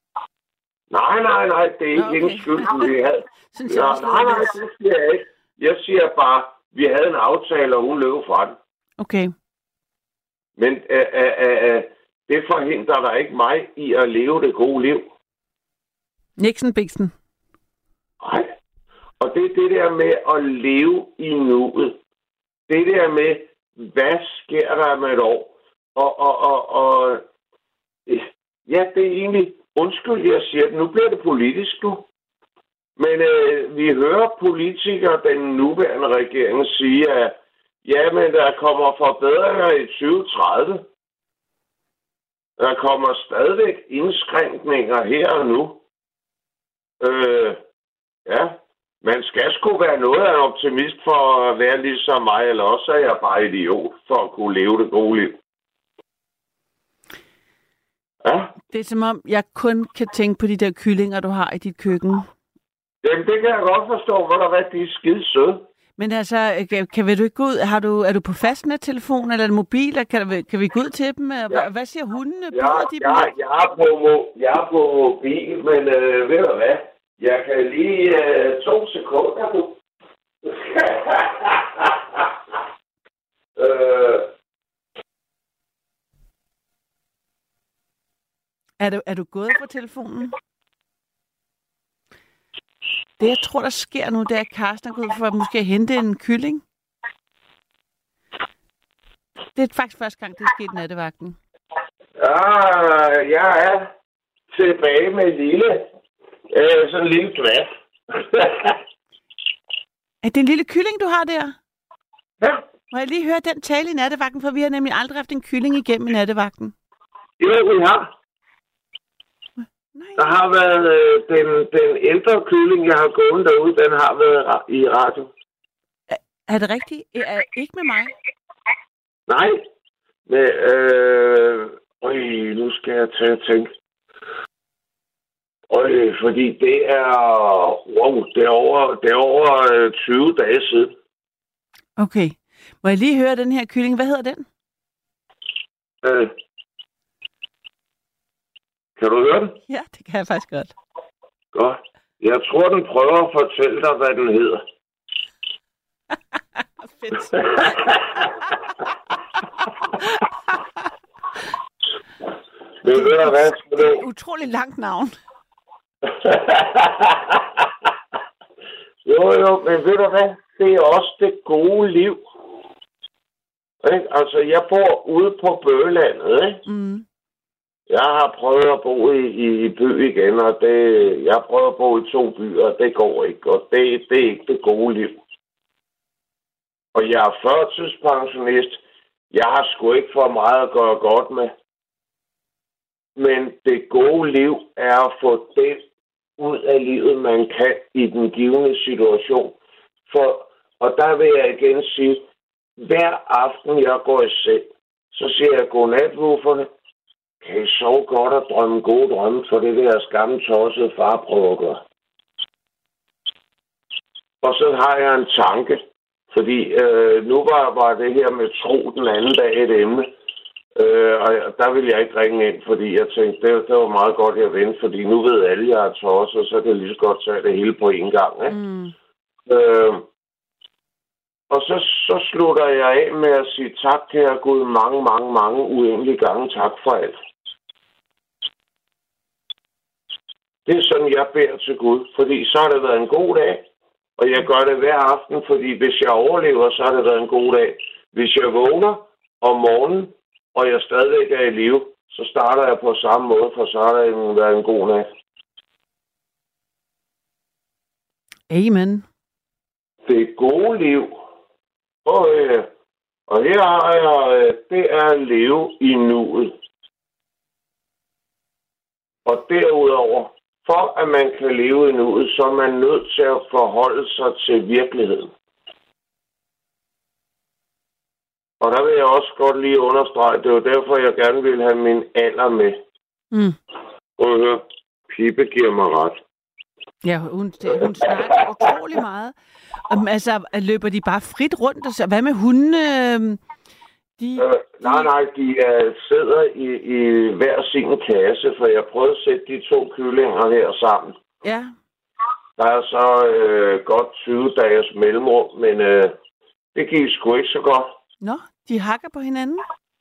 Nej, det er ikke hendes skyld, vi havde. Nej, det siger jeg ikke. Jeg siger bare, vi havde en aftale, og hun løb fra den. Okay. Men det forhindrer der ikke mig i at leve det gode liv. Nixon Bixen. Nej. Og det er det der med at leve i nuet. Det der med, hvad sker der med et år? Og ja, det er egentlig, undskyld, jeg siger det, nu bliver det politisk nu. Men vi hører politikere, den nuværende regering, sige, at jamen, der kommer forbedringer i 2030. Der kommer stadigvæk indskrænkninger her og nu. Ja, man skal sgu være noget af en optimist for at være ligesom mig, eller også er jeg bare idiot for at kunne leve det gode liv. Ja. Det er som om, jeg kun kan tænke på de der kyllinger, du har i dit køkken. Jamen, det kan jeg godt forstå, hvor der er de skide søde. Men altså, vil du ikke gå ud? Er du på fastnettelefon eller mobil? Kan vi gå ud til dem? Ja. Hvad siger hundene? Jeg er på mobil, men ved du hvad? Jeg kan lige 2 sekunder, du. Er du gået på telefonen? Det, jeg tror, der sker nu, det er, at Carsten er gået for at måske hente en kylling. Det er faktisk første gang, det er sket i nattevagten. Jeg er tilbage med sådan en lille dværg. Er det en lille kylling, du har der? Ja. Må jeg lige høre den tale i nattevagten, for vi har nemlig aldrig haft en kylling igennem i nattevagten. Jo, vi har. Nej. Der har været den ældre kylling, jeg har gået derude, den har været i radio. Er det rigtigt? Ikke med mig? Nej. Men, nu skal jeg tage og tænke. Fordi det er, det er over 20 dage siden. Okay. Må jeg lige høre den her kylling? Hvad hedder den? Kan du høre den? Ja, det kan jeg faktisk godt. Godt. Jeg tror, den prøver at fortælle dig, hvad den hedder. Fedt. Det er et utroligt langt navn. Ved Jo, men ved du hvad? Det er også det gode liv. Ikke? Altså, jeg bor ude på Bøgelandet, ikke? Mm. Jeg har prøvet at bo i by igen, og jeg har prøvet at bo i 2 byer, og det går ikke. Og det er ikke det gode liv. Og jeg er førtidspensionist. Jeg har sgu ikke for meget at gøre godt med. Men det gode liv er at få det ud af livet, man kan i den givne situation. Og der vil jeg igen sige, hver aften jeg går i seng, så siger jeg godnatvufferne. Kan I sove godt og drømme gode drømme, for det vil jeres gamle tossede far prøve at gøre. Og så har jeg en tanke, fordi nu var det her med tro den anden dag et emne, og der ville jeg ikke ringe ind, fordi jeg tænkte, det var meget godt, jeg vendte, fordi nu ved alle, jeg er tosset, så kan jeg lige så godt tage det hele på en gang. Ikke? Mm. Og så slutter jeg af med at sige tak til jer Gud mange uendelige gange. Tak for alt. Det er sådan, jeg beder til Gud, fordi så har det været en god dag. Og jeg gør det hver aften, fordi hvis jeg overlever, så har det været en god dag. Hvis jeg vågner om morgenen, og jeg stadigvæk er i live, så starter jeg på samme måde, for så har det været en god nat. Amen. Det gode liv. Og her har jeg, det er at leve i nuet. Og derudover, for at man kan leve i nuet, så er man nødt til at forholde sig til virkeligheden. Og der vil jeg også godt lige understrege, det er jo derfor, jeg gerne vil have min alder med. Mm. Og Pippe giver mig ret. Ja, hun snakker utrolig meget. Altså, løber de bare frit rundt? Og hvad med hundene? Nej, de sidder i hver sin kasse, for jeg prøvede at sætte de 2 kyllinger her sammen. Ja. Der er så godt 20 dages mellemrum, men det gik sgu ikke så godt. Nå, de hakker på hinanden?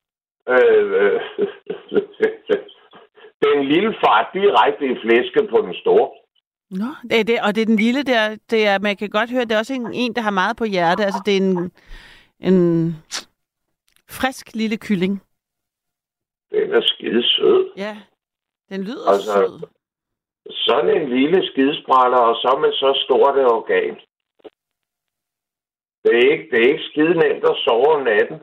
Den lille far direkte i flæsket på den store. Nå, og det er den lille der, man kan godt høre, det er også en, der har meget på hjerte. Altså, det er en frisk lille kylling. Den er skide sød. Ja, den lyder sød. Sådan en lille skidesprætter, og så med så stort et organ. Det er ikke skide nemt at sove om natten.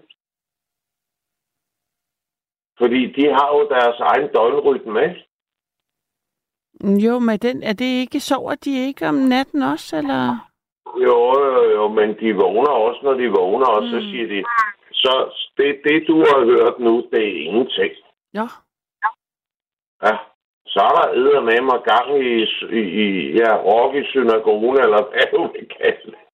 Fordi de har jo deres egen døgnrytme, ikke? Jo, men sover de ikke om natten også, eller? Jo, men de vågner også, når de vågner, og så siger de, så det du har hørt nu, det er ingenting. Ja. Ja, så er der eddermame gang i rock i synagogen, eller hvad du vil kalde det.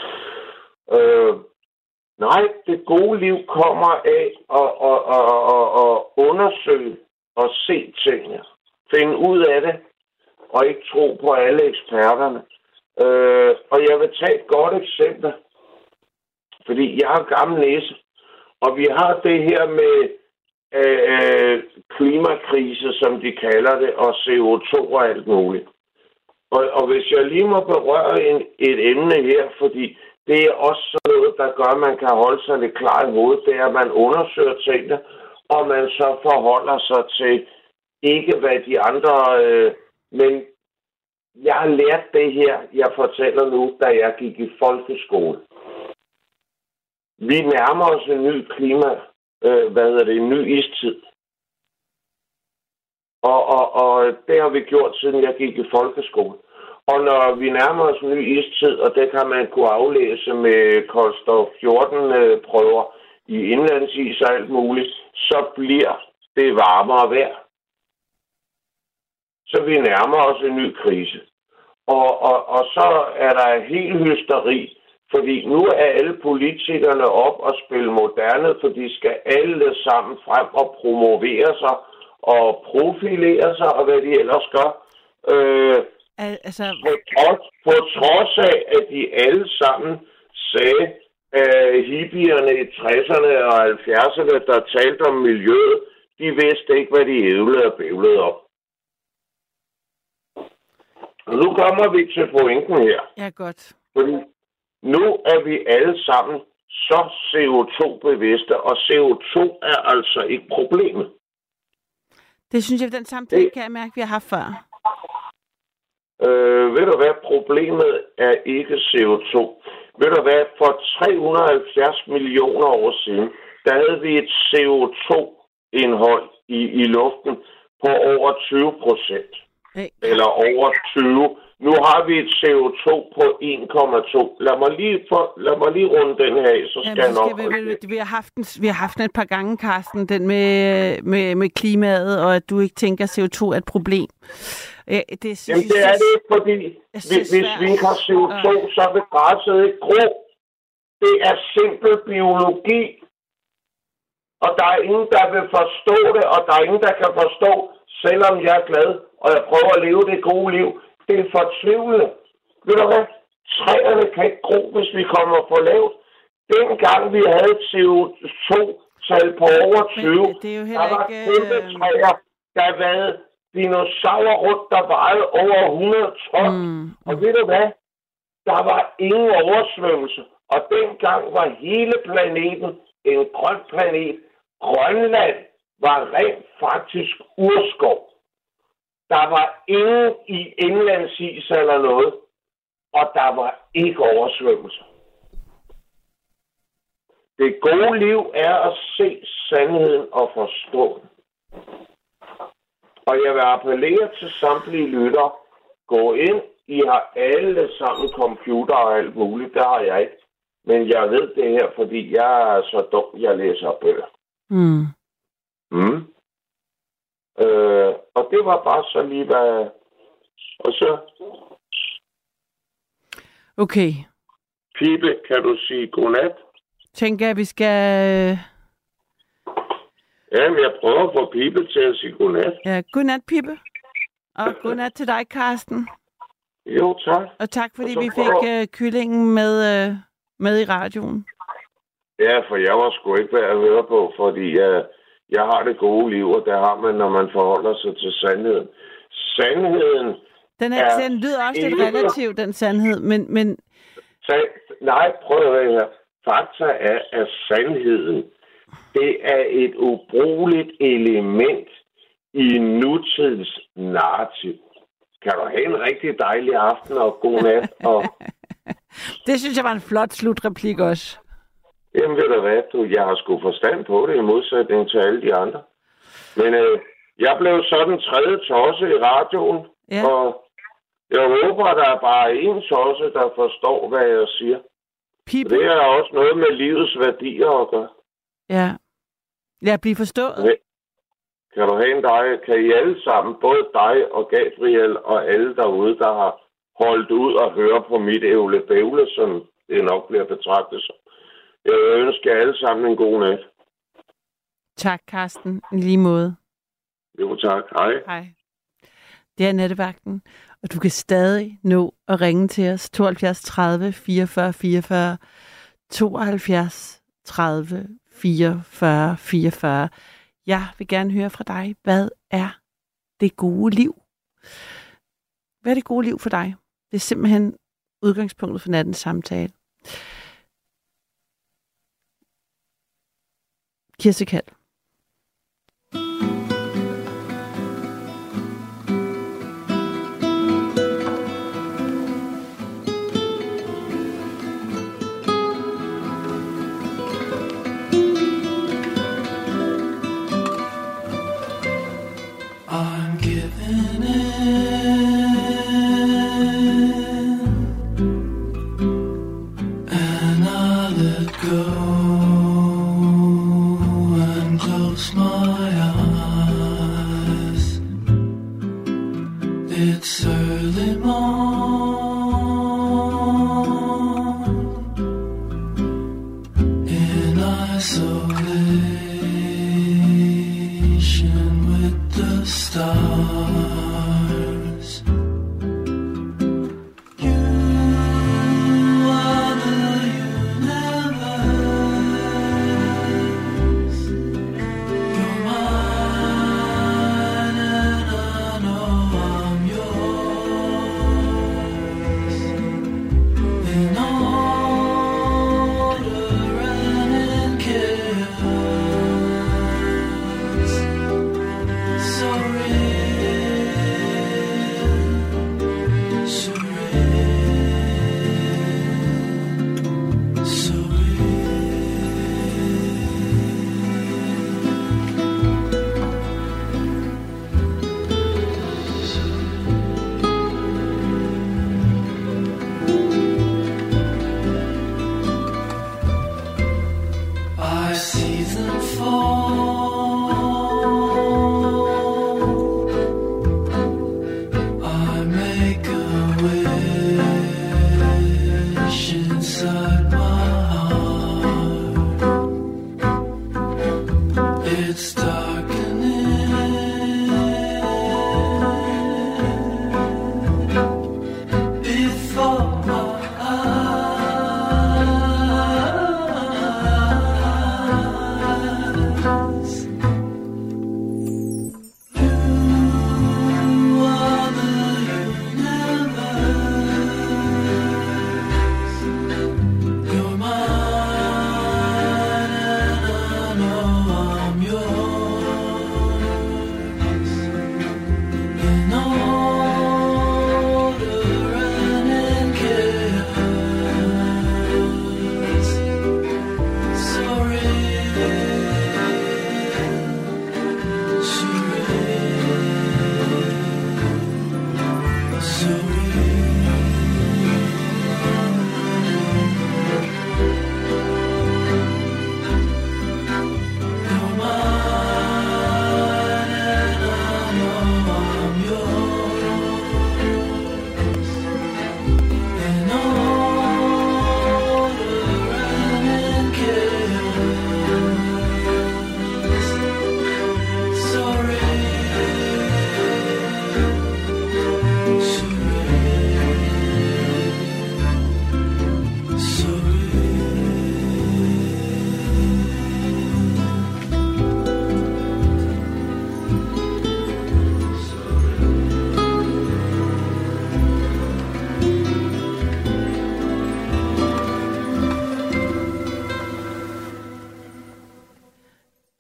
Nej, det gode liv kommer af at undersøge og se tingene. Finde ud af det, og ikke tro på alle eksperterne. Og jeg vil tage et godt eksempel, fordi jeg har gammel næse, og vi har det her med klimakrise, som de kalder det, og CO2 og alt muligt. Og hvis jeg lige må berøre et emne her, fordi det er også sådan noget, der gør, at man kan holde sig lidt klar i hovedet, det er, at man undersøger tingene, og man så forholder sig til ikke hvad de andre... men jeg har lært det her, jeg fortæller nu, da jeg gik i folkeskole. Vi nærmer os en ny en ny istid. Og det har vi gjort, siden jeg gik i folkeskole. Og når vi nærmer os en ny istid, og det kan man kunne aflæse med Koldstof 14 prøver i indlandsis og alt muligt, så bliver det varmere vejr. Så vi nærmer os en ny krise. Og så er der helt hysteri, fordi nu er alle politikerne op og spille moderne, for de skal alle sammen frem og promovere sig og profilere sig, og hvad de ellers gør. På trods af, at de alle sammen sagde, hippierne i 60'erne og 70'erne, der talte om miljøet, de vidste ikke, hvad de ævlede og bævlede om. Og nu kommer vi til pointen her. Ja, godt. Fordi nu er vi alle sammen så CO2-bevidste, og CO2 er altså ikke problemet. Det synes jeg, den samtale kan jeg mærke, vi har haft før. Ved du hvad, problemet er ikke CO2. Ved du hvad, for 370 millioner år siden, der havde vi et CO2-indhold i luften på over 20%. Eller over 20. Nu har vi et CO2 på 1,2. Lad mig lige runde den her af, så skal jeg nok... Vi har haft den et par gange, Carsten, den med klimaet, og at du ikke tænker, at CO2 er et problem. Jamen det er det ikke, fordi hvis vi ikke har CO2, så vil græsset ikke gro. Det er simpel biologi. Og der er ingen, der vil forstå det, og der er ingen, der kan forstå, selvom jeg er glad, og jeg prøver at leve det gode liv. Det er fortvivlende. Ved du hvad? Træerne kan ikke gro, hvis vi kommer for lavt. Dengang vi havde CO2-tal på over 20, der var kæmpe træer, der vejede dinosaurer rundt, der vejede over 100 ton. Og ved du hvad? Der var ingen oversvømmelse. Og dengang var hele planeten en grøn planet. Grønland var rent faktisk urskov. Der var ingen i indlandsis eller noget, og der var ikke oversvømmelse. Det gode liv er at se sandheden og forstå den. Og jeg vil appellere til samtlige lyttere. Gå ind. I har alle sammen computer og alt muligt. Det har jeg ikke. Men jeg ved det her, fordi jeg er så dum, jeg læser bøger. Og det var bare så lige, hvad... Og så... Okay. Pibe, kan du sige godnat? Tænker jeg, vi skal... Jamen, jeg prøver at få Pibe til at sige godnat. Ja, godnat, Pibe. Og godnat til dig, Carsten. Jo, tak. Og tak, fordi vi fik kyllingen med i radioen. Ja, for jeg var sgu ikke værd at høre på, fordi jeg har det gode liv, og det har man, når man forholder sig til sandheden. Sandheden den lyder også lidt relativt, den sandhed, men... Nej, prøv at høre her. Fakta er, at sandheden, det er et ubrugeligt element i nutidens narrativ. Kan du have en rigtig dejlig aften og god nat? Og... Det synes jeg var en flot slutreplik også. Jamen ved du hvad, jeg har sgu forstand på det i modsætning til alle de andre. Men jeg blev sådan tredje tosse i radioen, og jeg håber, at der er bare en tosse, der forstår, hvad jeg siger. Det er også noget med livets værdier at gøre. Ja. Ja, blive forstået. Kan du have en dig? Kan I alle sammen, både dig og Gabriel og alle derude, der har holdt ud og høre på mit ævle-bævle, som det nok bliver betragtet som. Jeg ønsker alle sammen en god nat. Tak, Carsten. I lige måde. Jo, tak. Hej. Hej. Det er Nattevagten, og du kan stadig nå at ringe til os 72 30 44 44 72 30 44 44. Jeg vil gerne høre fra dig, hvad er det gode liv? Hvad er det gode liv for dig? Det er simpelthen udgangspunktet for nattens samtale. Kirse Kald. I'm giving in, and I let go and close my eyes. It's early morn in isolation with the stars. You are the universe. You're mine and I know I'm yours.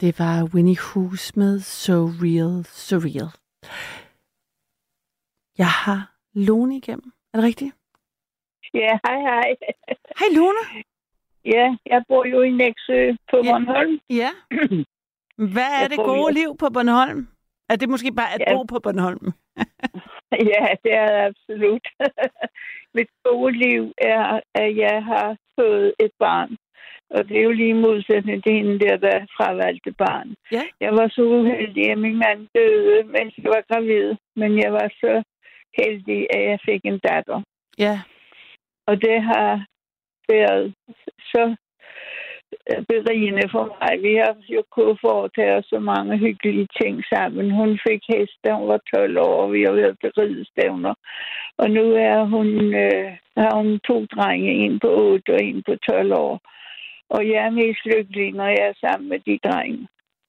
Det var Winnie Hoos med So Real, So Real. Jeg har Lone igennem. Er det rigtigt? Ja, hej. Hej Lone. Ja, jeg bor jo i Nexø på Bornholm. Ja. Hvad er det gode liv på Bornholm? Er det måske bare at bo på Bornholm? Ja, det er det absolut. Mit gode liv er, at jeg har fået et barn. Og det er jo lige modsætning til hende der fravalgte barn. Ja. Jeg var så uheldig, at min mand døde, mens jeg var gravid. Men jeg var så heldig, at jeg fik en datter. Ja. Og det har været så berigende for mig. Vi har jo kunnet foretage os så mange hyggelige ting sammen. Hun fik hest, da hun var 12 år, og vi har været til ridestævner. Og nu er har hun 2 drenge, en på 8 og en på 12 år. Og jeg er mest lykkelig, når jeg er sammen med de drenge.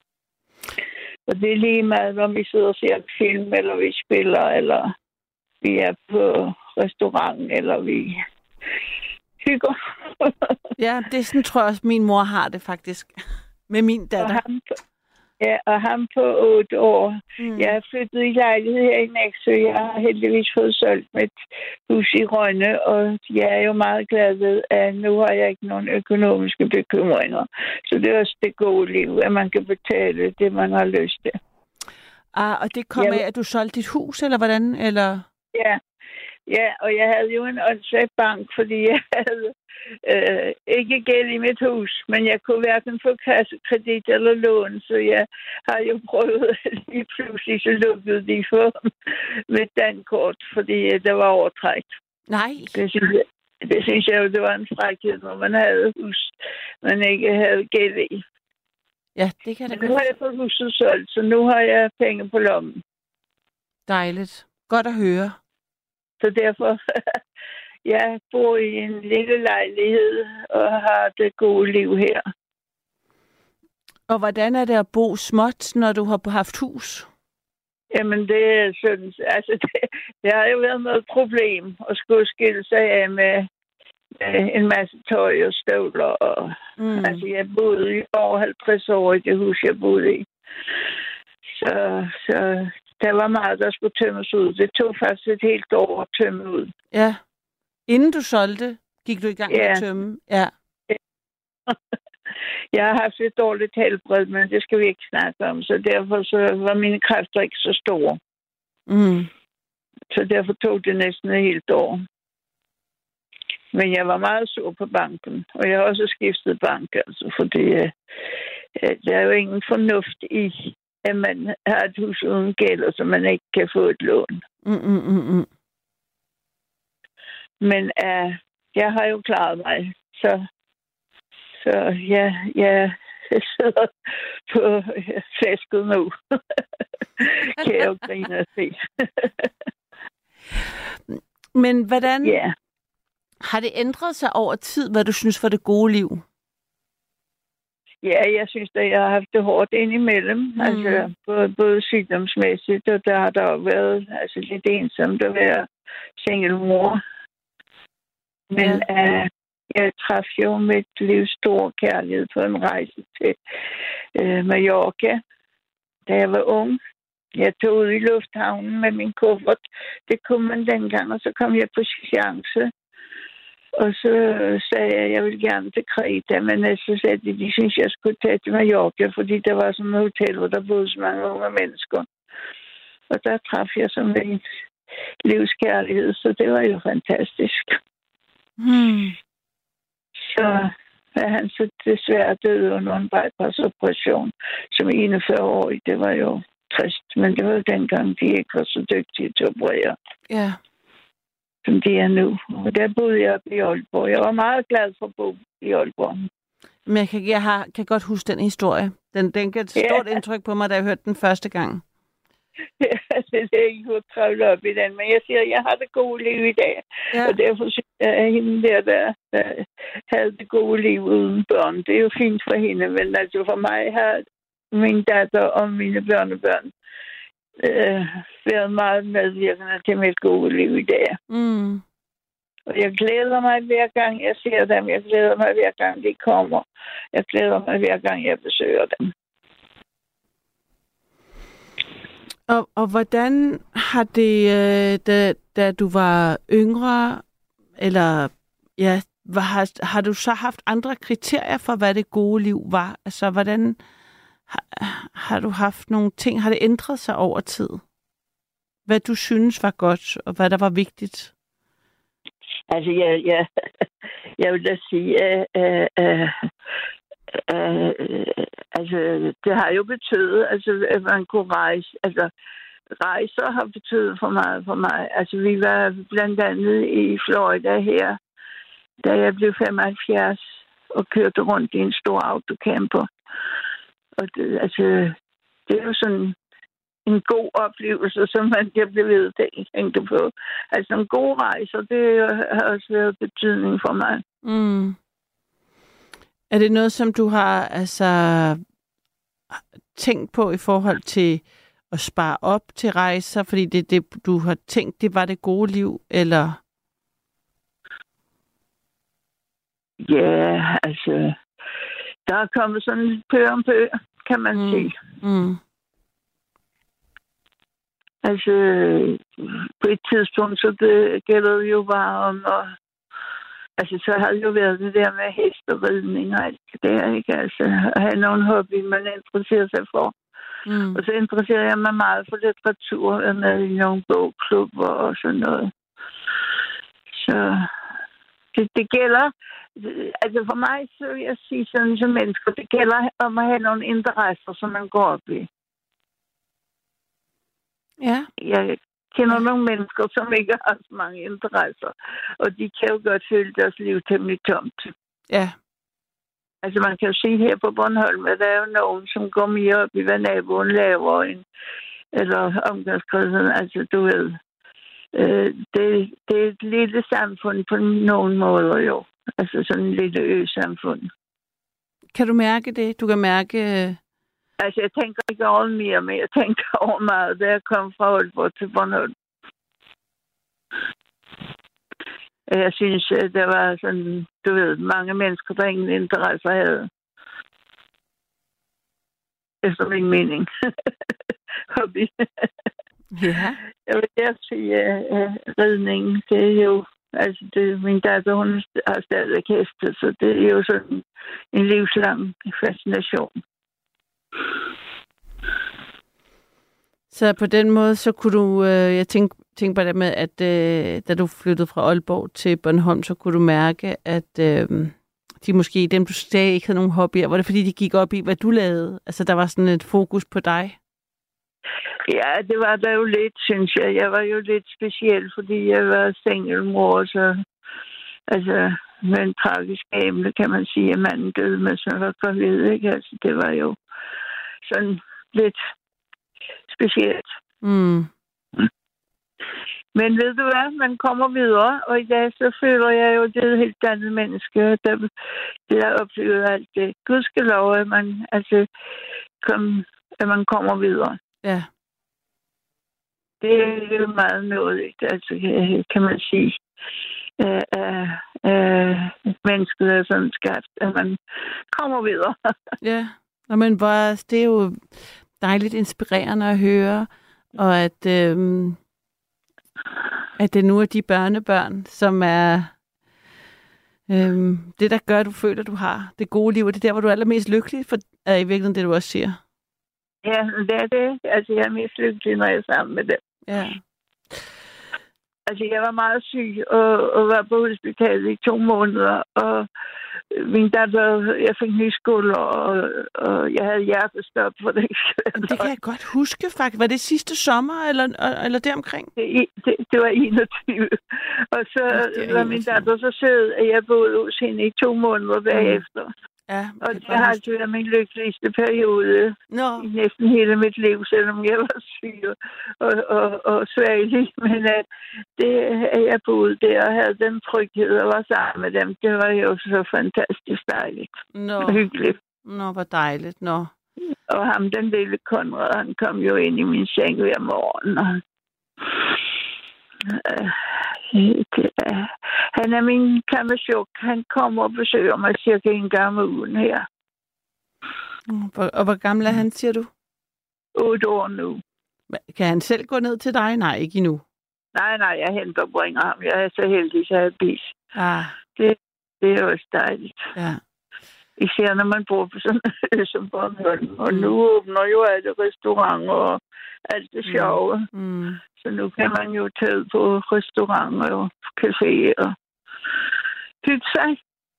Og det er lige meget, når vi sidder og ser film, eller vi spiller, eller vi er på restaurant, eller vi hygger. Ja, det er sådan, tror jeg også, min mor har det faktisk. Med min datter. Og ham på 8 år. Jeg er flyttet i lejlighed her i Nexø. Jeg har heldigvis fået solgt mit hus i Rønne, og jeg er jo meget glad ved, at nu har jeg ikke nogen økonomiske bekymringer. Så det er også det gode liv, at man kan betale det, man har lyst til. Og det kom af, at du solgte dit hus, eller hvordan? Eller? Ja, og jeg havde jo en åndssvag bank, fordi jeg havde ikke gæld i mit hus, men jeg kunne hverken få kassekredit eller lån, så jeg har jo prøvet lige pludselig, så lukkede de for med dankort, fordi der var overtræk. Nej. Det synes jeg jo, det var en frækhed, når man havde hus, man ikke havde gæld i. Ja, det kan det godt. Nu har jeg fået huset solgt, så nu har jeg penge på lommen. Dejligt. Godt at høre. Så derfor, jeg bor i en lille lejlighed og har det gode liv her. Og hvordan er det at bo småt, når du har haft hus? Jamen, det er sådan, altså det har jo været noget problem at skulle skille sig af med en masse tøj og støvler. Og, altså, jeg boede i over 50 år i det hus, jeg boede i. Så der var meget, der skulle tømmes ud. Det tog faktisk et helt år at tømme ud. Ja. Inden du solgte, gik du i gang med at tømme? Ja. Jeg har haft et dårligt helbred, men det skal vi ikke snakke om. Så derfor så var mine kræfter ikke så store. Så derfor tog det næsten et helt år. Men jeg var meget sur på banken. Og jeg har også skiftet bank, altså, fordi der er jo ingen fornuft i, at man har et hus uden gæld, og så man ikke kan få et lån. Men jeg har jo klaret mig, så jeg sidder på flæsket nu. Kan jeg jo grine og se. Men hvordan har det ændret sig over tid, hvad du synes var det gode liv? Ja, jeg synes, at jeg har haft det hårdt indimellem. Altså, både sygdomsmæssigt, og der har der været lidt ensomt at være single mor. Men jeg traf jo mit livs store kærlighed på en rejse til Mallorca, da jeg var ung. Jeg tog ud i lufthavnen med min kuffert. Det kunne man dengang, og så kom jeg på chance. Og så sagde jeg, at jeg ville gerne til Kreta, men så sagde de synes, jeg skulle tage til Mallorca, fordi der var sådan et hotel, hvor der boede så mange unge mennesker. Og der traf jeg som min livskærlighed, så det var jo fantastisk. Så er han så desværre døde under en bypassoperation som 41-årig. Det var jo trist, men det var jo dengang, de ikke var så dygtige til at operere. Ja. Som de er nu. Og der boede jeg i Aalborg. Jeg var meget glad for at bo i Aalborg. Men jeg kan godt huske den historie. Den gør et stort indtryk på mig, da jeg hørte den første gang. Ja, det er ikke for at travle op i den, men jeg siger, at jeg har det gode liv i dag. Ja. Og derfor synes jeg, at hende der havde det gode liv uden børn. Det er jo fint for hende, men altså for mig har min datter og mine børnebørn været meget medvirkende til mit gode liv i dag. Og jeg glæder mig hver gang, jeg ser dem. Jeg glæder mig hver gang, de kommer. Jeg glæder mig hver gang, jeg besøger dem. Og hvordan har det, da du var yngre, eller ja, har du så haft andre kriterier for, hvad det gode liv var? Altså, hvordan har du haft nogle ting? Har det ændret sig over tid? Hvad du synes var godt, og hvad der var vigtigt? Altså, jeg vil da sige, altså, det har jo betydet, altså, at man kunne rejse. Altså, rejser har betydet for meget for mig. Altså, vi var blandt andet i Florida her, da jeg blev 75 og kørte rundt i en stor autocamper. Og det, altså, det er jo sådan en god oplevelse, som jeg blev ved at tænke på. Altså, en god rejse, det har også været betydning for mig. Mm. Er det noget, som du har tænkt på i forhold til at spare op til rejser, fordi det du har tænkt, det var det gode liv, eller? Ja, altså, der er kommet sådan pø om pø, kan man sige. Mm. Altså, på et tidspunkt, så det gælder det jo bare om at... Altså, så har det jo været det der med hest og ridning og alt det der, ikke? Altså, at have nogle hobby, man interesserer sig for. Mm. Og så interesserer jeg mig meget for litteratur, og med i nogle bogklubber og sådan noget. Så det gælder... Altså, for mig, så vil jeg sige sådan som mennesker, det gælder om at have nogle interesser, som man går op i. Ja. Jeg kender nogle mennesker, som ikke har så mange interesser, og de kan jo godt føle deres liv temmelig tomt. Ja. Altså man kan jo sige her på Bornholm, at der er jo nogen, som går mere op i, hvad naboen laver, eller omgangskredsen. Altså du ved, det er et lille samfund på nogle måder jo. Altså sådan en lille ø-samfund. Kan du mærke det? Du kan mærke... Altså, jeg tænker ikke over mere, men jeg tænker over meget, da jeg kom fra Aalborg til Bornholm. Jeg synes, at der var sådan, du ved, mange mennesker, der ingen interesse havde. Efter min mening. Hobby. Ja. Jeg vil gerne sige, ridning, det er jo, altså min datter, hun har stadig heste, så det er jo sådan en livslang fascination. Så på den måde, så kunne du, jeg tænkte på det med, at da du flyttede fra Aalborg til Bornholm, så kunne du mærke, at de måske, dem du stadig ikke havde nogen hobbyer, var det fordi, de gik op i, hvad du lavede? Altså, der var sådan et fokus på dig? Ja, det var der jo lidt, synes jeg. Jeg var jo lidt speciel, fordi jeg var singelmor, så altså med en tragisk emne, kan man sige, at manden døde, mens man var gravid, ikke? Altså, det var jo sådan lidt specielt. Mm. Men ved du hvad, man kommer videre, og i dag så føler jeg jo, det er et helt andet menneske, der oplever alt det. Gudskelov, at man, altså, at man kommer videre. Ja. Det er jo meget noget, altså, kan man sige. Mennesket er sådan skabt, at man kommer videre. Ja, men det er jo dejligt inspirerende at høre, og at det nu er de børnebørn, som er det, der gør, at du føler, at du har det gode liv, og det er der, hvor du er allermest lykkelig, for er i virkeligheden det, du også siger. Ja, det er det. Altså, jeg er mest lykkelig, når jeg er sammen med dem. Ja. Altså, jeg var meget syg og var på hospitalet i 2 måneder, og min datter, jeg fik nye skulder, og jeg havde hjertestop for det. Det kan jeg godt huske, faktisk. Var det sidste sommer, eller deromkring? Det var 21. Og så var min datter så sød, at jeg boede hos hende i 2 måneder bagefter. Ja, og det har altid været min lykkeligste periode i næsten hele mit liv, selvom jeg var syg og svagelig. Men det, at jeg boede der og havde den tryghed og var sammen med dem, det var jo så fantastisk dejligt og hyggeligt. Nå, hvor dejligt. Nå. Og ham, den lille Konrad, han kom jo ind i min seng hver morgen. Og, han er min kammerchok. Han kommer og besøger mig cirka 1 gang om ugen her. Og hvor gammel er han, siger du? 8 år nu. Kan han selv gå ned til dig? Nej, ikke endnu. Nej, jeg henter og bringer ham. Jeg er så heldig, så jeg har bis. Det er også dejligt. Ja. Især når man bor på sådan som Bornholm. Og nu åbner jo alle restauranter og alt det sjove. Så nu kan man jo tage ud på restauranter og caféer og hygge sig.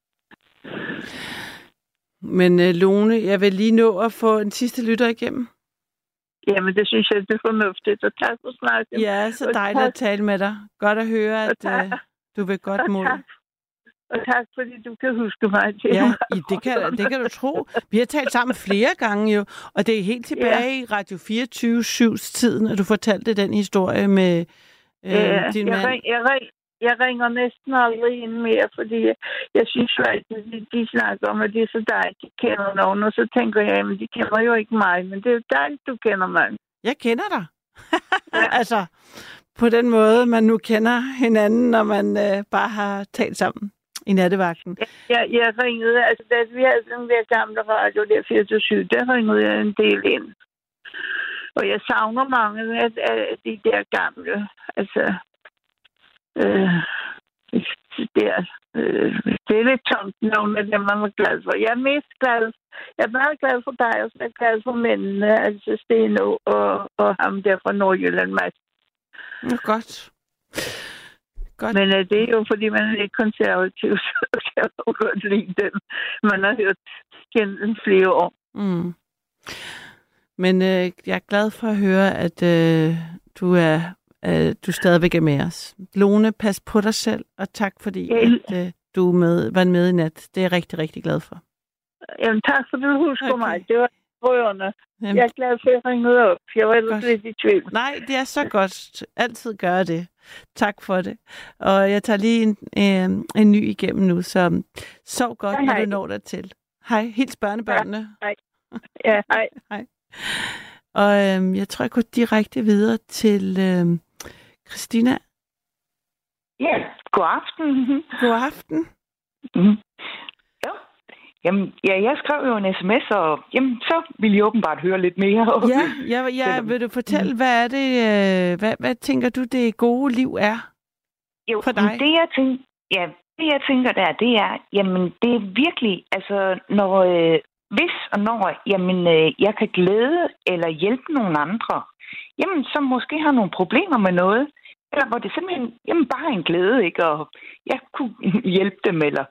Men Lone, jeg vil lige nå at få en sidste lytter igennem. Jamen, det synes jeg, det er fornuftigt. Og tak for snakken. Ja, så dejligt at tale med dig. Godt at høre, at du vil godt mod. Og tak, fordi du kan huske mig til. Ja, det kan du tro. Vi har talt sammen flere gange jo, og det er helt tilbage i Radio 24/7's tiden, at du fortalte den historie med din mand. Jeg ringer næsten aldrig ind mere, fordi jeg synes faktisk, at de snakker om, at det er så dejligt, de kender nogen. Og så tænker jeg, at de kender jo ikke mig, men det er jo dejligt, du kender mig. Jeg kender dig. Altså, på den måde, man nu kender hinanden, når man bare har talt sammen i nattevagten. Jeg ringede, altså da vi havde den der gamle radio der 24/7, der ringede jeg en del ind. Og jeg savner mange af de der gamle, altså... det er lidt tomt, nogle af dem, man er glad for. Jeg er mest glad. Jeg er meget glad for dig, og jeg er glad for mændene, altså Steno og ham der fra Nordjylland, Mads. Godt. Men det er jo, fordi man er lidt konservativ, så kan jeg jo godt lide dem. Man har hørt kendt den flere år. Men jeg er glad for at høre, at du stadigvæk er med os. Lone, pas på dig selv, og tak fordi at, du var med i nat. Det er jeg rigtig, rigtig glad for. Jamen tak, for du husker mig. Det var rørende. Jeg er glad for, at jeg ringede op. Jeg var ellers lidt i tvivl. Nej, det er så godt. Altid gøre det. Tak for det. Og jeg tager lige en ny igennem nu, så sov godt, når du når dig til. Hej. Hils børnebørnene. Hej. Ja, hej. Hej. Og jeg tror, jeg går direkte videre til Christina. Ja, god aften. God aften. Ja. Jamen, jeg skrev jo en sms, og så ville jeg åbenbart høre lidt mere. Ja, vil du fortælle, hvad er det, hvad tænker du, det gode liv er for dig? Det jeg tænker der, det er, jamen, det er virkelig, altså, hvis og når jeg kan glæde eller hjælpe nogle andre, jamen, som måske har nogle problemer med noget, eller hvor det simpelthen bare er en glæde, ikke? Og jeg kunne hjælpe dem, eller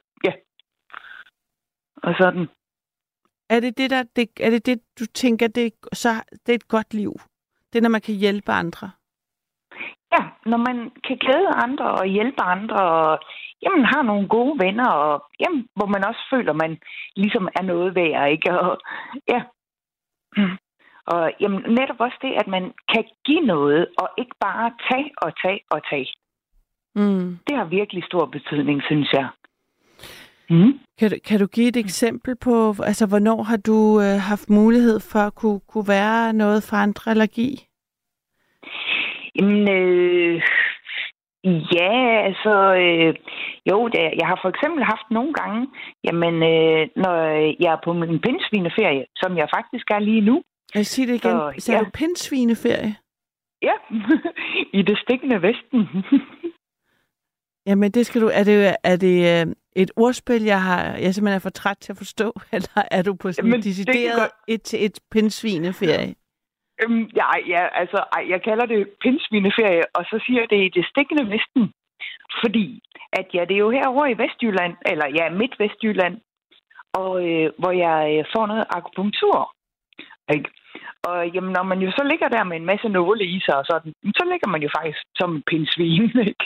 og sådan. Er det det, du tænker, det er et godt liv? Det er, når man kan hjælpe andre? Ja, når man kan glæde andre og hjælpe andre, og har nogle gode venner, og hvor man også føler, man ligesom er noget værd, ikke? Og og netop også det, at man kan give noget, og ikke bare tage. Det har virkelig stor betydning, synes jeg. Kan du give et eksempel på, altså hvornår har du haft mulighed for at kunne være noget for andre eller give? Jeg har for eksempel haft nogle gange, når jeg er på min pindsvineferie, som jeg faktisk er lige nu. Jeg siger det igen. Så er du pindsvineferie? Ja, i det stikkende Vesten. Jamen, det skal du... Er det et ordspil, jeg simpelthen er for træt til at forstå, eller er du på sådan decideret et pindsvineferie? Jeg kalder det pindsvineferie, og så siger jeg, det er det stikkende Vesten. Fordi, at det er jo herovre i Vestjylland, eller Midt-Vestjylland, og hvor jeg får noget akupunktur. Ikke? Og når man jo så ligger der med en masse nåle i sig og sådan, så ligger man jo faktisk som en pindsvin, ikke?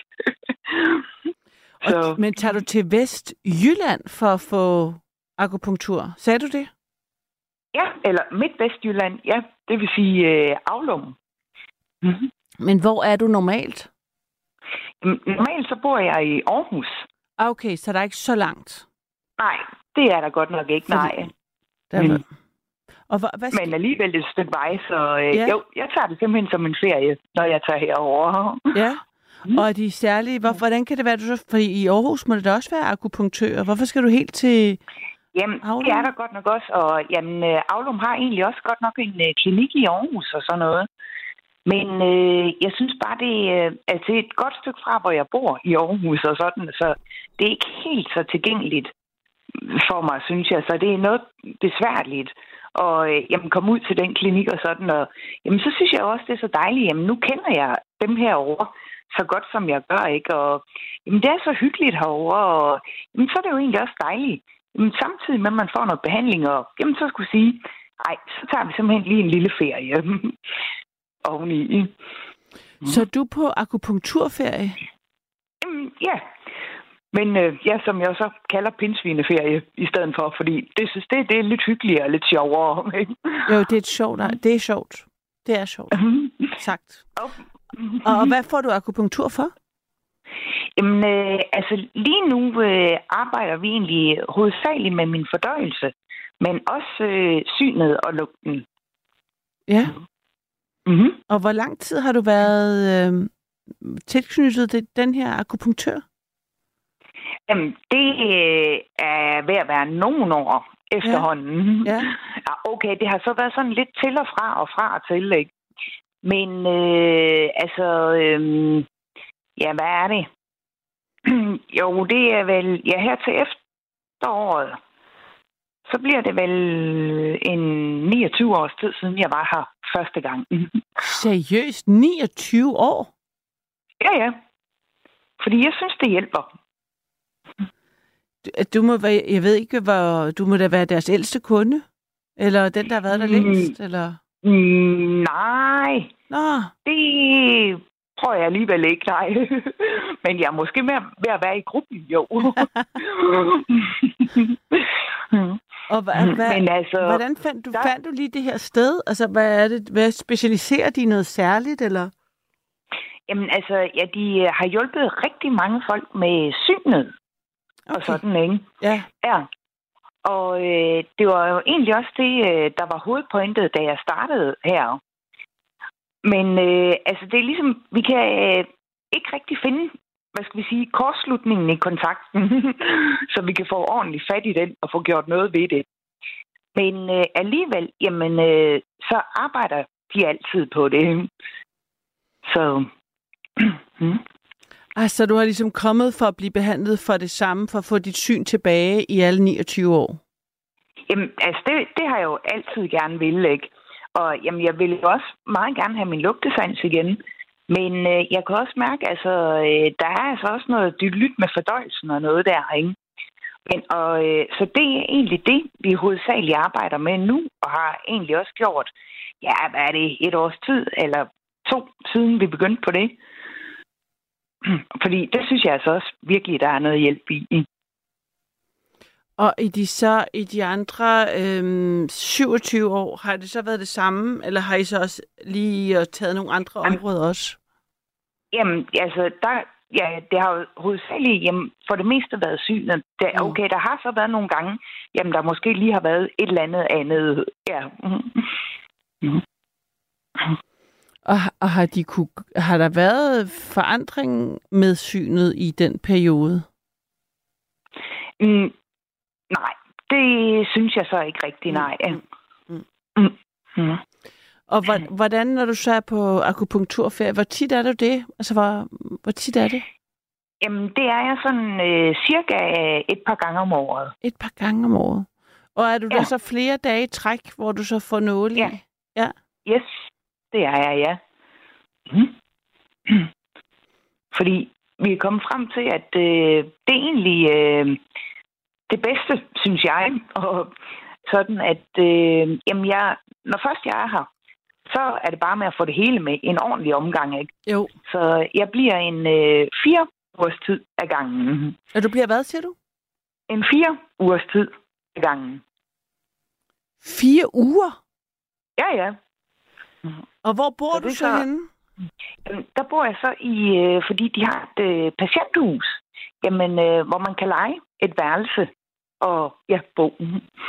Men tager du til Vestjylland for at få akupunktur? Sagde du det? Ja, eller Midt-Vestjylland, ja. Det vil sige Avlum. Mm-hmm. Men hvor er du normalt? Normalt så bor jeg i Aarhus. Okay, så der er ikke så langt? Nej, det er der godt nok ikke, nej. Men alligevel et stykke vej, så jeg tager det simpelthen som en ferie, når jeg tager herover. Ja, og de særlige, hvordan kan det være, du så, for i Aarhus må det da også være akupunktør. Hvorfor skal du helt til Avlum? Det er der godt nok også, og Avlum har egentlig også godt nok en klinik i Aarhus og sådan noget. Men jeg synes bare, det er et godt stykke fra, hvor jeg bor i Aarhus og sådan, så det er ikke helt så tilgængeligt for mig, synes jeg. Så det er noget besværligt at komme ud til den klinik og sådan. Og jamen, så synes jeg også, det er så dejligt. Jamen, nu kender jeg dem herovre så godt, som jeg gør, ikke? Og jamen, det er så hyggeligt herovre, og jamen, så er det jo egentlig også dejligt. Jamen, samtidig med, at man får noget behandling, og jamen, så skulle jeg sige, ej, så tager vi simpelthen lige en lille ferie oveni. Så er du på akupunkturferie? Ja. Men som jeg så kalder pindsvineferie i stedet for, fordi det synes det er lidt hyggeligere og lidt sjovere. Ikke? Jo, det er sjovt. Det er sjovt. Det er sjovt. Sagt. Og hvad får du akupunktur for? Jamen, lige nu arbejder vi egentlig hovedsageligt med min fordøjelse, men også synet og lugten. Ja. Mm-hmm. Og hvor lang tid har du været tilknyttet til den her akupunktør? Jamen, det er ved at være nogle år efterhånden. Ja. Okay, det har så været sådan lidt til og fra til, ikke? Men hvad er det? Jo, det er vel, her til efteråret, så bliver det vel en 29 års tid siden, jeg var her første gang. Seriøst? 29 år? Ja. Fordi jeg synes, det hjælper. Du må være, jeg ved ikke, du må da være deres ældste kunde? Eller den, der har været der længst? Eller? Nej. Nå. Det tror jeg alligevel ikke, nej. Men jeg er måske ved at være i gruppen, jo. Og hvordan fandt du lige det her sted? Altså, hvad er det? Hvad specialiserer de noget særligt, eller? Jamen, de har hjulpet rigtig mange folk med synet. Okay. Og sådan, ikke? Ja. Og det var jo egentlig også det, der var hovedpointet, da jeg startede her. Men det er ligesom, vi kan ikke rigtig finde, kortslutningen i kontakten, så vi kan få ordentligt fat i den og få gjort noget ved det. Men alligevel, jamen, så arbejder de altid på det. Så... Så du har ligesom kommet for at blive behandlet for det samme, for at få dit syn tilbage i alle 29 år? Jamen, det har jeg jo altid gerne ville, ikke? Og jamen, jeg vil jo også meget gerne have min lugtesans igen. Men jeg kan også mærke, der er altså også noget dytlyt med fordøjelsen og noget der, ikke? Men, så det er egentlig det, vi hovedsageligt arbejder med nu, og har egentlig også gjort, hvad er det, 1 års tid, eller 2 siden vi begyndte på det. Fordi det synes jeg altså også virkelig, der er noget hjælp i. Og i de andre 27 år, har det så været det samme, eller har I så også lige taget nogle andre områder også? Jamen, det har jo hovedsageligt for det meste været synet. Okay, der har så været nogle gange, der måske lige har været et eller andet. Ja. Og har der været forandring med synet i den periode? Nej, det synes jeg så ikke rigtig, nej. Og hvordan, når du så er på akupunkturferie, hvor tit er du det? Altså, hvor tit er det? Jamen, det er jeg sådan cirka et par gange om året. Et par gange om året. Og er du der så flere dage i træk, hvor du så får nåle i? Ja. Yes, det er jeg, ja. Fordi vi er kommet frem til, at det er egentlig det bedste, synes jeg. Og sådan, at når først jeg er her, så er det bare med at få det hele med en ordentlig omgang, ikke? Jo. Så jeg bliver en 4 ugers tid ad gangen. Og du bliver hvad, siger du? En 4 ugers tid ad gangen. 4 uger? Ja. Og hvor bor du så henne? Der bor jeg så fordi de har et patienthus, hvor man kan leje et værelse og bo.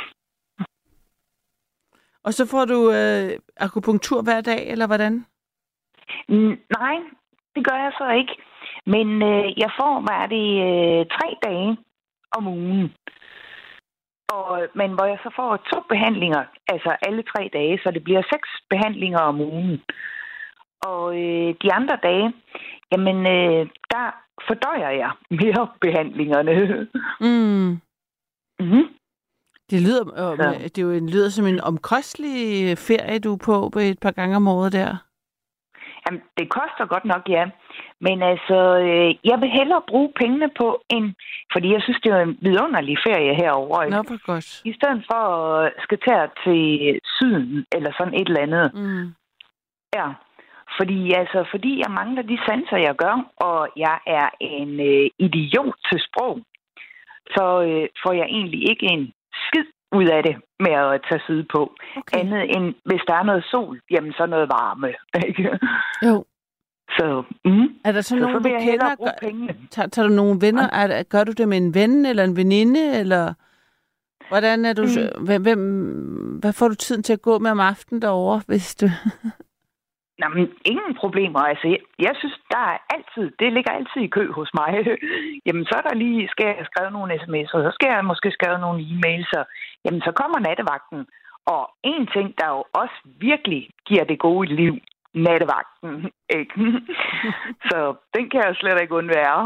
Og så får du akupunktur hver dag, eller hvordan? Nej, det gør jeg så ikke. Men jeg får, 3 dage om ugen. Men hvor jeg så får 2 behandlinger, altså alle 3 dage, så det bliver 6 behandlinger om ugen. Og de andre dage, jamen, der fordøjer jeg mere behandlingerne. Mm-hmm. Det lyder som en omkostelig ferie, du er på et par gange om året der. Jamen, det koster godt nok, ja. Men altså, jeg vil hellere bruge pengene på fordi jeg synes, det er en vidunderlig ferie herovre. Nå, for godt. I stedet for at skal tage til syden, eller sådan et eller andet. Mm. Ja, fordi jeg mangler de sanser, jeg gør, og jeg er en idiot til sprog, så får jeg egentlig ikke en skid ud af det med at tage side på. Okay. Andet end, hvis der er noget sol, jamen så noget varme. Ikke? Jo. Så, er der så nogen, du kender? Tager du nogle venner? Ja. Gør du det med en ven eller en veninde? Eller hvordan er du? Hvad får du tiden til at gå med om aftenen derovre, hvis du... Jamen, ingen problemer. Altså, jeg synes, det ligger altid i kø hos mig. Jamen, så er der lige, skal jeg skrive nogle sms'er, så skal jeg måske skrive nogle e-mails, og jamen, så kommer nattevagten. Og en ting, der jo også virkelig giver det gode liv, nattevagten, ikke? Så den kan jeg slet ikke undvære.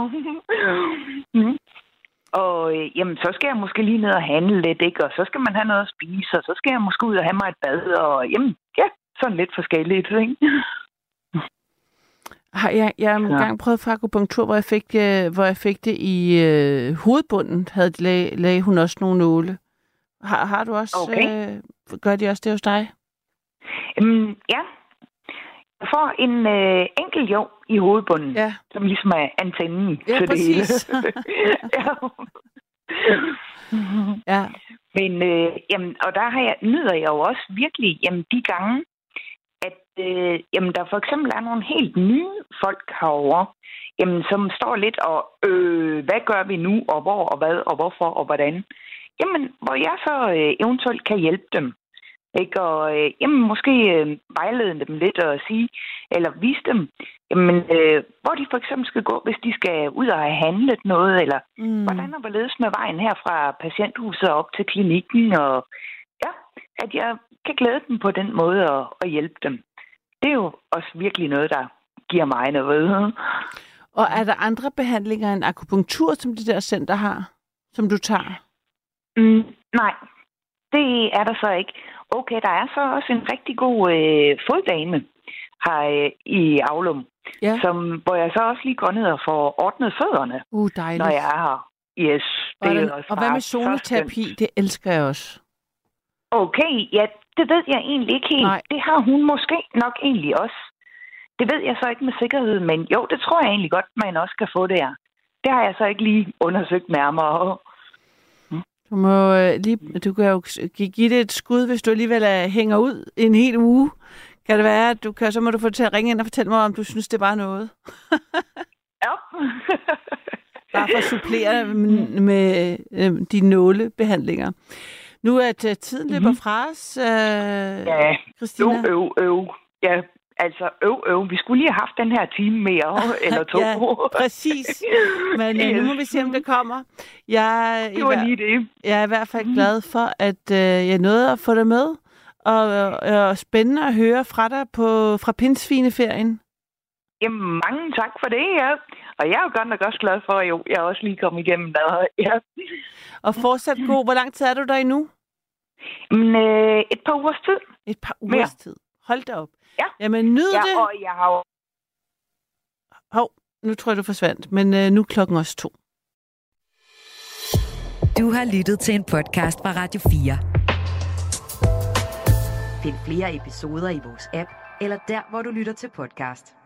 Og jamen, så skal jeg måske lige ned og handle lidt, ikke? Og så skal man have noget at spise, og så skal jeg måske ud og have mig et bad, og jamen, ja, sådan lidt forskelligt, ikke? Jeg har engang prøvet akupunktur, hvor jeg fik det i hovedbunden. Lagde hun også nogle nåle. Har du også... Okay. Gør de også det hos dig? Ja. Jeg får en enkelt jo i hovedbunden, ja, som ligesom er antennen til det hele. Ja. Men, jamen, og der nyder jeg jo også virkelig de gange, at jamen, der for eksempel er nogle helt nye folk herovre, jamen, som står lidt og, hvad gør vi nu, og hvor, og hvad, og hvorfor, og hvordan. Jamen, hvor jeg så eventuelt kan hjælpe dem. Ikke? Og jamen, måske vejlede dem lidt og sige, eller vise dem, jamen, hvor de for eksempel skal gå, hvis de skal ud og have handlet noget, eller hvordan og hvorledes med vejen her fra patienthuset op til klinikken, og ja, at jeg kan glæde dem på den måde og hjælpe dem. Det er jo også virkelig noget, der giver mig noget. Og er der andre behandlinger end akupunktur, som det der center har, som du tager? Nej, det er der så ikke. Okay, der er så også en rigtig god foddame her i Aulum, ja, hvor jeg så også lige går ned og får ordnet fødderne, dejligt, når jeg er her. Yes, det er også. Og hvad med zoneterapi? Det elsker jeg også. Okay, ja, det ved jeg egentlig ikke helt. Nej. Det har hun måske nok egentlig også. Det ved jeg så ikke med sikkerhed, men jo, det tror jeg egentlig godt, man også kan få der. Det har jeg så ikke lige undersøgt nærmere. Du kan jo give det et skud, hvis du alligevel hænger ud en hel uge. Kan det være, at så må du få til at ringe ind og fortælle mig, om du synes, det er bare noget. Ja. Bare for at supplere med de nålebehandlinger. Nu er tiden løber fra os, ja, Christina. Ja, altså vi skulle lige have haft den her time mere, eller 2. Ja, præcis. Men nu må vi se, om det kommer. Det var lige det. Jeg er i hvert fald glad for, at jeg nåede at få dig med, og spændende at høre fra dig fra pindsvineferien. Jamen, mange tak for det, ja. Og jeg er jo godt nok også glad for, at jeg også lige kom igennem der. Ja. Og fortsat god. Hvor lang tid er du der endnu? Et par ugers tid. Et par ugers tid. Hold da op. Ja. Jamen, nyd det. Og jeg har jo... Nu tror jeg, du forsvandt. Men nu er klokken også 2. Du har lyttet til en podcast fra Radio 4. Find flere episoder i vores app, eller der, hvor du lytter til podcast.